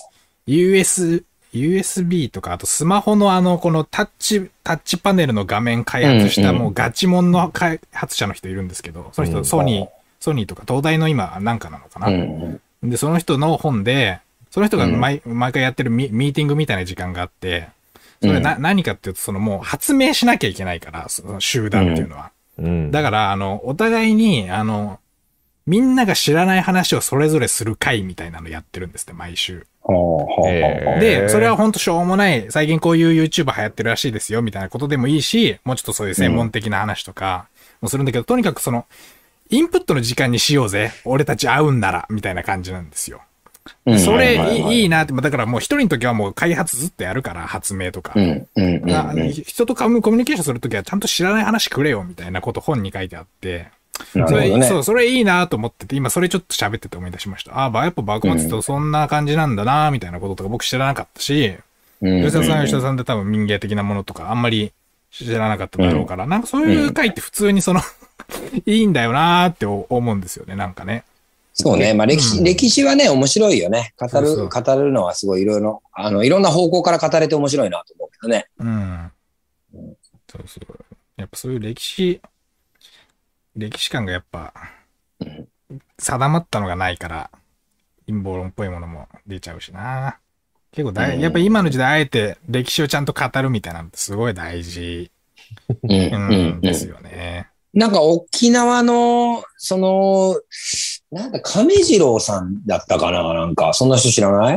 USB とか、あとスマホのこのタッチパネルの画面開発した、もうガチモンの開発者の人いるんですけど、その人、ソニーとか東大の今なんかなのかな、で、その人の本で、その人が毎回やってるミーティングみたいな時間があって、それ何かっていうと、もう発明しなきゃいけないから、その集団っていうのは。だから、お互いに、みんなが知らない話をそれぞれする会みたいなのやってるんですね、毎週。で、それはほんとしょうもない、最近こういう YouTuber 流行ってるらしいですよ、みたいなことでもいいし、もうちょっとそういう専門的な話とかもするんだけど、とにかくインプットの時間にしようぜ。俺たち会うんなら、みたいな感じなんですよ。それいいなって、だからもう一人の時はもう開発ずっとやるから、発明とか。人とコミュニケーションするときはちゃんと知らない話くれよ、みたいなこと本に書いてあって。それいいなと思ってて、今それちょっと喋ってて思い出しました。やっぱ幕末ってそんな感じなんだな、みたいなこととか僕知らなかったし、吉田さんって多分民芸的なものとかあんまり知らなかっただろうから、なんかそういう回って普通にいいんだよなーって思うんですよね、なんかね。 そうね。まあ歴史はね、面白いよね。語るのはすごいいろいろ、いろんな方向から語れて面白いなと思うけどね。 そう。いやっぱそういう歴史観がやっぱ、定まったのがないから、陰謀論っぽいものも出ちゃうしな。結構やっぱ今の時代あえて歴史をちゃんと語るみたいなのってすごい大事、ですよね。 なんか沖縄の、なんだ、亀次郎さんだったかな、なんか、そんな人知らない？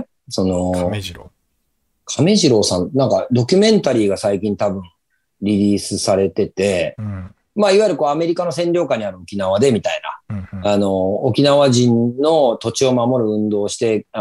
亀次郎さん、なんかドキュメンタリーが最近多分リリースされてて、まあ、いわゆるこうアメリカの占領下にある沖縄でみたいな、沖縄人の土地を守る運動をして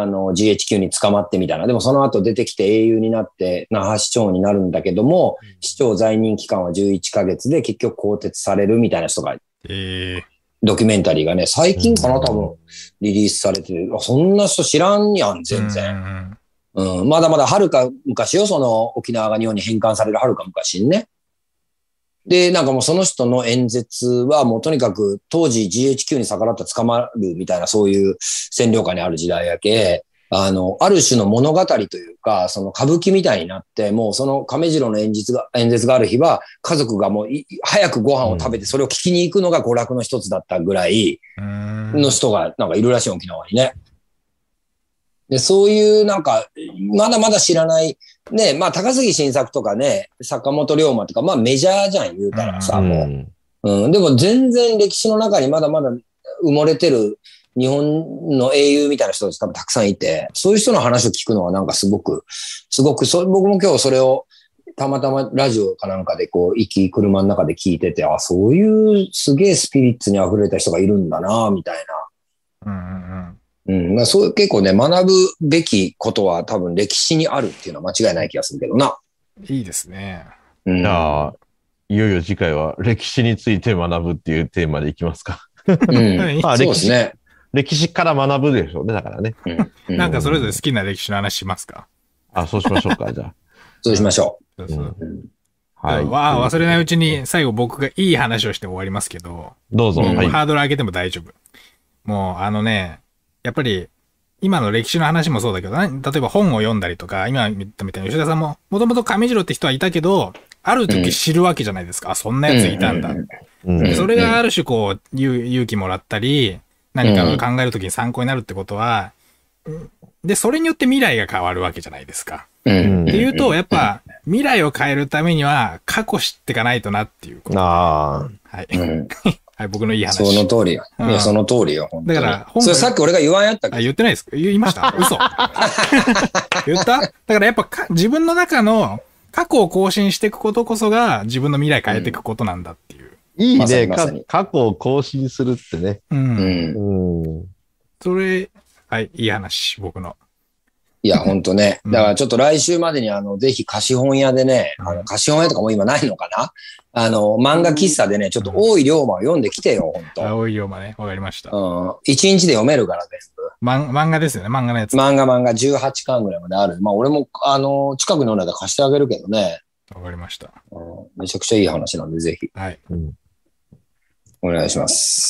、GHQ に捕まってみたいな。でもその後出てきて英雄になって那覇市長になるんだけども、市長在任期間は11ヶ月で結局更迭されるみたいな人が、ドキュメンタリーがね、最近かな多分リリースされてる。そんな人知らんやん、全然。まだまだ遥か昔よ、その沖縄が日本に返還される遥か昔にね。で、なんかもうその人の演説はもうとにかく当時 GHQ に逆らったら捕まるみたいなそういう占領下にある時代やけ、ある種の物語というか、その歌舞伎みたいになって、もうその亀次郎の演説がある日は、家族がもう早くご飯を食べてそれを聞きに行くのが娯楽の一つだったぐらいの人がなんかいるらしい、沖縄にね。で、そういうなんか、まだまだ知らない、ね、まあ高杉晋作とかね、坂本龍馬とか、まあメジャーじゃん、言うたらさ、もう。でも全然歴史の中にまだまだ埋もれてる日本の英雄みたいな人たち多分たくさんいて、そういう人の話を聞くのはなんかすごく、僕も今日それをたまたまラジオかなんかでこう、車の中で聞いてて、あ、そういうすげえスピリッツに溢れた人がいるんだな、みたいな。まあそう結構ね、学ぶべきことは多分歴史にあるっていうのは間違いない気がするけどな。 いいですね。 じゃあ、いよいよ次回は歴史について学ぶっていうテーマでいきますか。 まあ、そうですね。 歴史から学ぶでしょうね、だからね。 なんかそれぞれ好きな歴史の話しますか？ そうしましょうか、じゃあ。 そうしましょう。 はい。忘れないうちに最後僕がいい話をして終わりますけど。 どうぞ。 ハードル上げても大丈夫。もうやっぱり、今の歴史の話もそうだけど、例えば本を読んだりとか、今言ったみたいに吉田さんも、もともと亀次郎って人はいたけど、ある時知るわけじゃないですか。そんなやついたんだ。それがある種こう、勇気もらったり、何かを考える時に参考になるってことは、で、それによって未来が変わるわけじゃないですか。っていうと、やっぱ、未来を変えるためには、過去知っていかないとなっていうこと。はい。はい、僕のいい話。 その通りよ。いや、その通りよ。 だから、 それさっき俺が言わんやったっけ？ 言ってないです。言いました？嘘。言った？だからやっぱ自分の中の過去を更新していくことこそが自分の未来変えていくことなんだっていう。 いいね。過去を更新するってね。 それ、はい、いい話、僕の。 いや、ほんとね。だからちょっと来週までにぜひ貸本屋でね、貸本屋とかも今ないのかな？漫画喫茶でね、ちょっと大井龍馬を読んできてよ、ほんと。 大井龍馬ね、わかりました。 一日で読めるから全部。漫画ですよね、漫画のやつ。 漫画18巻ぐらいまである。まあ俺も、近くに読んだら貸してあげるけどね。 わかりました。 めちゃくちゃいい話なんで、ぜひ。 はい。 お願いします。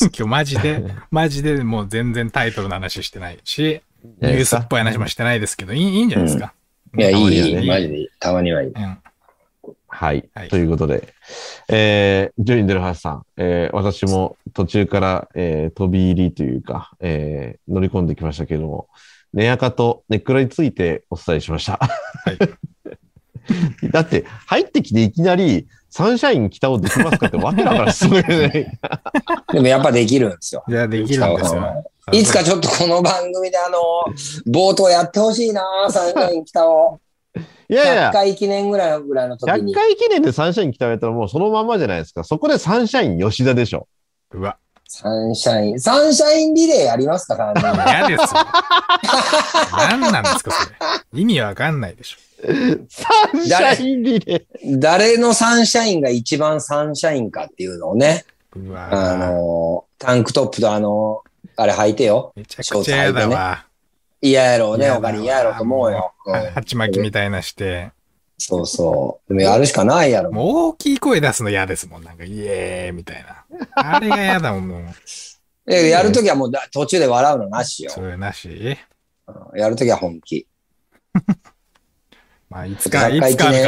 今日マジでもう全然タイトルの話してないし、ニュースっぽい話もしてないですけど、いいんじゃないですか。 いや、いい、マジでいい。たまにはいい。 はい。ということで、ジョイン08さん、私も途中から、飛び入りというか、乗り込んできましたけれども、ネアカとネクラについてお伝えしました。はい。だって、入ってきていきなり、サンシャイン北をできますかってわけだからすごいね。 でもやっぱできるんですよ。 いや、できるんですよ。 いつかちょっとこの番組で冒頭やってほしいな、サンシャイン北を。 いやいや。 100回記念ぐらいの時に。 100回記念でサンシャイン北をやったらもうそのままじゃないですか。そこでサンシャイン吉田でしょ。 うわ。 サンシャインリレーやりますか？ 嫌ですよ。何なんですか、それ。意味わかんないでしょ。 サンシャインリレー。誰のサンシャインが一番サンシャインかっていうのをね。 うわタンクトップとあれ履いてよ。 めちゃくちゃ嫌だわ。 嫌やろうね、おかり嫌やろうと思うよ。 鉢巻きみたいなして。 そうそう。でもやるしかないやろ。 もう大きい声出すの嫌ですもん。なんか、イエーイみたいな。あれが嫌だもん。 やるときはもう途中で笑うのなしよ。 それなし？ やるときは本気。 まあ、いつかあるかも。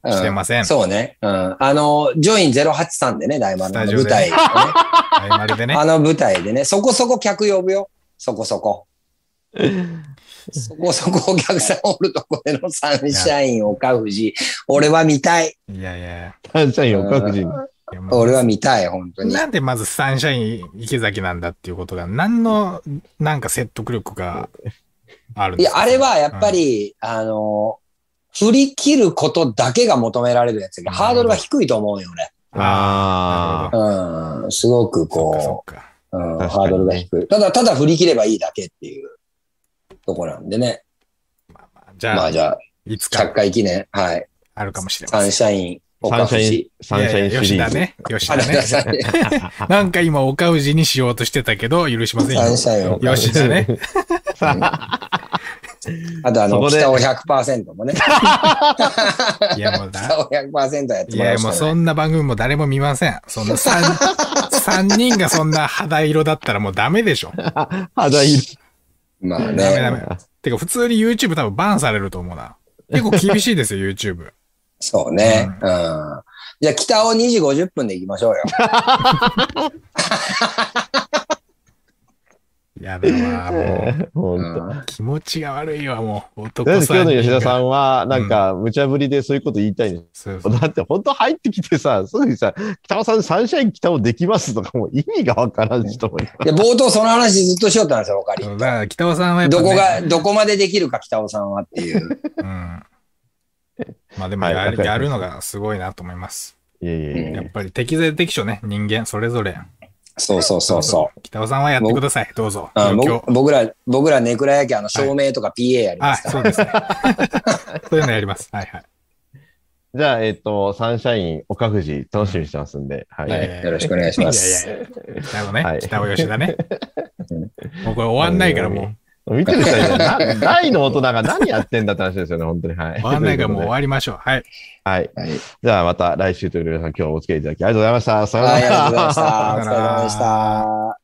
してません。 そうね。ジョイン083でね、大丸の舞台、ね。 大丸でね。 舞台でね、そこそこ客呼ぶよ。そこそこ。そこそこお客さんおるとこでのサンシャイン岡藤、俺は見たい。 いやいや。 サンシャイン岡藤。 俺は見たい、本当に。 なんでまずサンシャイン池崎なんだっていうことが、何の、なんか説得力があるんですか？ いや、あれはやっぱり、振り切ることだけが求められるやつが、ハードルが低いと思うよ、俺。 ああ。すごくこう、ハードルが低い。ただ振り切ればいいだけっていうとこなんでね。 じゃあ、 いつか。100回記念、はい。 あるかもしれません。 サンシャイン、岡藤。 サンシャインシリーズ。 吉田ね。吉田ね。なんか今、岡藤にしようとしてたけど、許しませんよ。 サンシャイン岡藤。 吉田ね。 あと北尾 100% もね。 いやもう北尾 100% やってもらうしかない。 いやもうそんな番組も誰も見ません。そんな3人がそんな肌色だったらもうダメでしょ。 肌色。 まあね。 ダメ。てか普通に YouTube 多分バンされると思うな。結構厳しいですよ、YouTube。 そうね。じゃあ北尾2時50分で行きましょうよ。やだわ、もう。気持ちが悪いわ、もう。男さん。今日の吉田さんは、なんか、無茶ぶりでそういうこと言いたいんです。だって、本当入ってきてさ、すぐにさ、北尾さん、サンシャイン北尾できますとか、もう意味がわからんしと思い。 冒頭その話ずっとしよったんですよ、おかり。 だから北尾さんはやっぱ、 どこまでできるか、北尾さんはっていう。 まあでもやるのがすごいなと思います。やっぱり適材適所ね、人間、それぞれ。 そう。 北尾さんはやってください。どうぞ。 僕らネクラ焼き照明とか PA やりますから。 そうですね。そういうのやります。はい。 じゃあ、サンシャイン岡藤楽しみにしてますんで。 はい。よろしくお願いします。 北尾ね。北尾吉田ね。もうこれ終わんないからもう。 見てる人は大の大人が何やってんだって話ですよね、本当に。はい。 終わんないからもう終わりましょう。はい。 はい。じゃあまた来週ということで皆さん今日お付き合いいただきありがとうございました。さようなら。 はい、ありがとうございました。お疲れ様でした。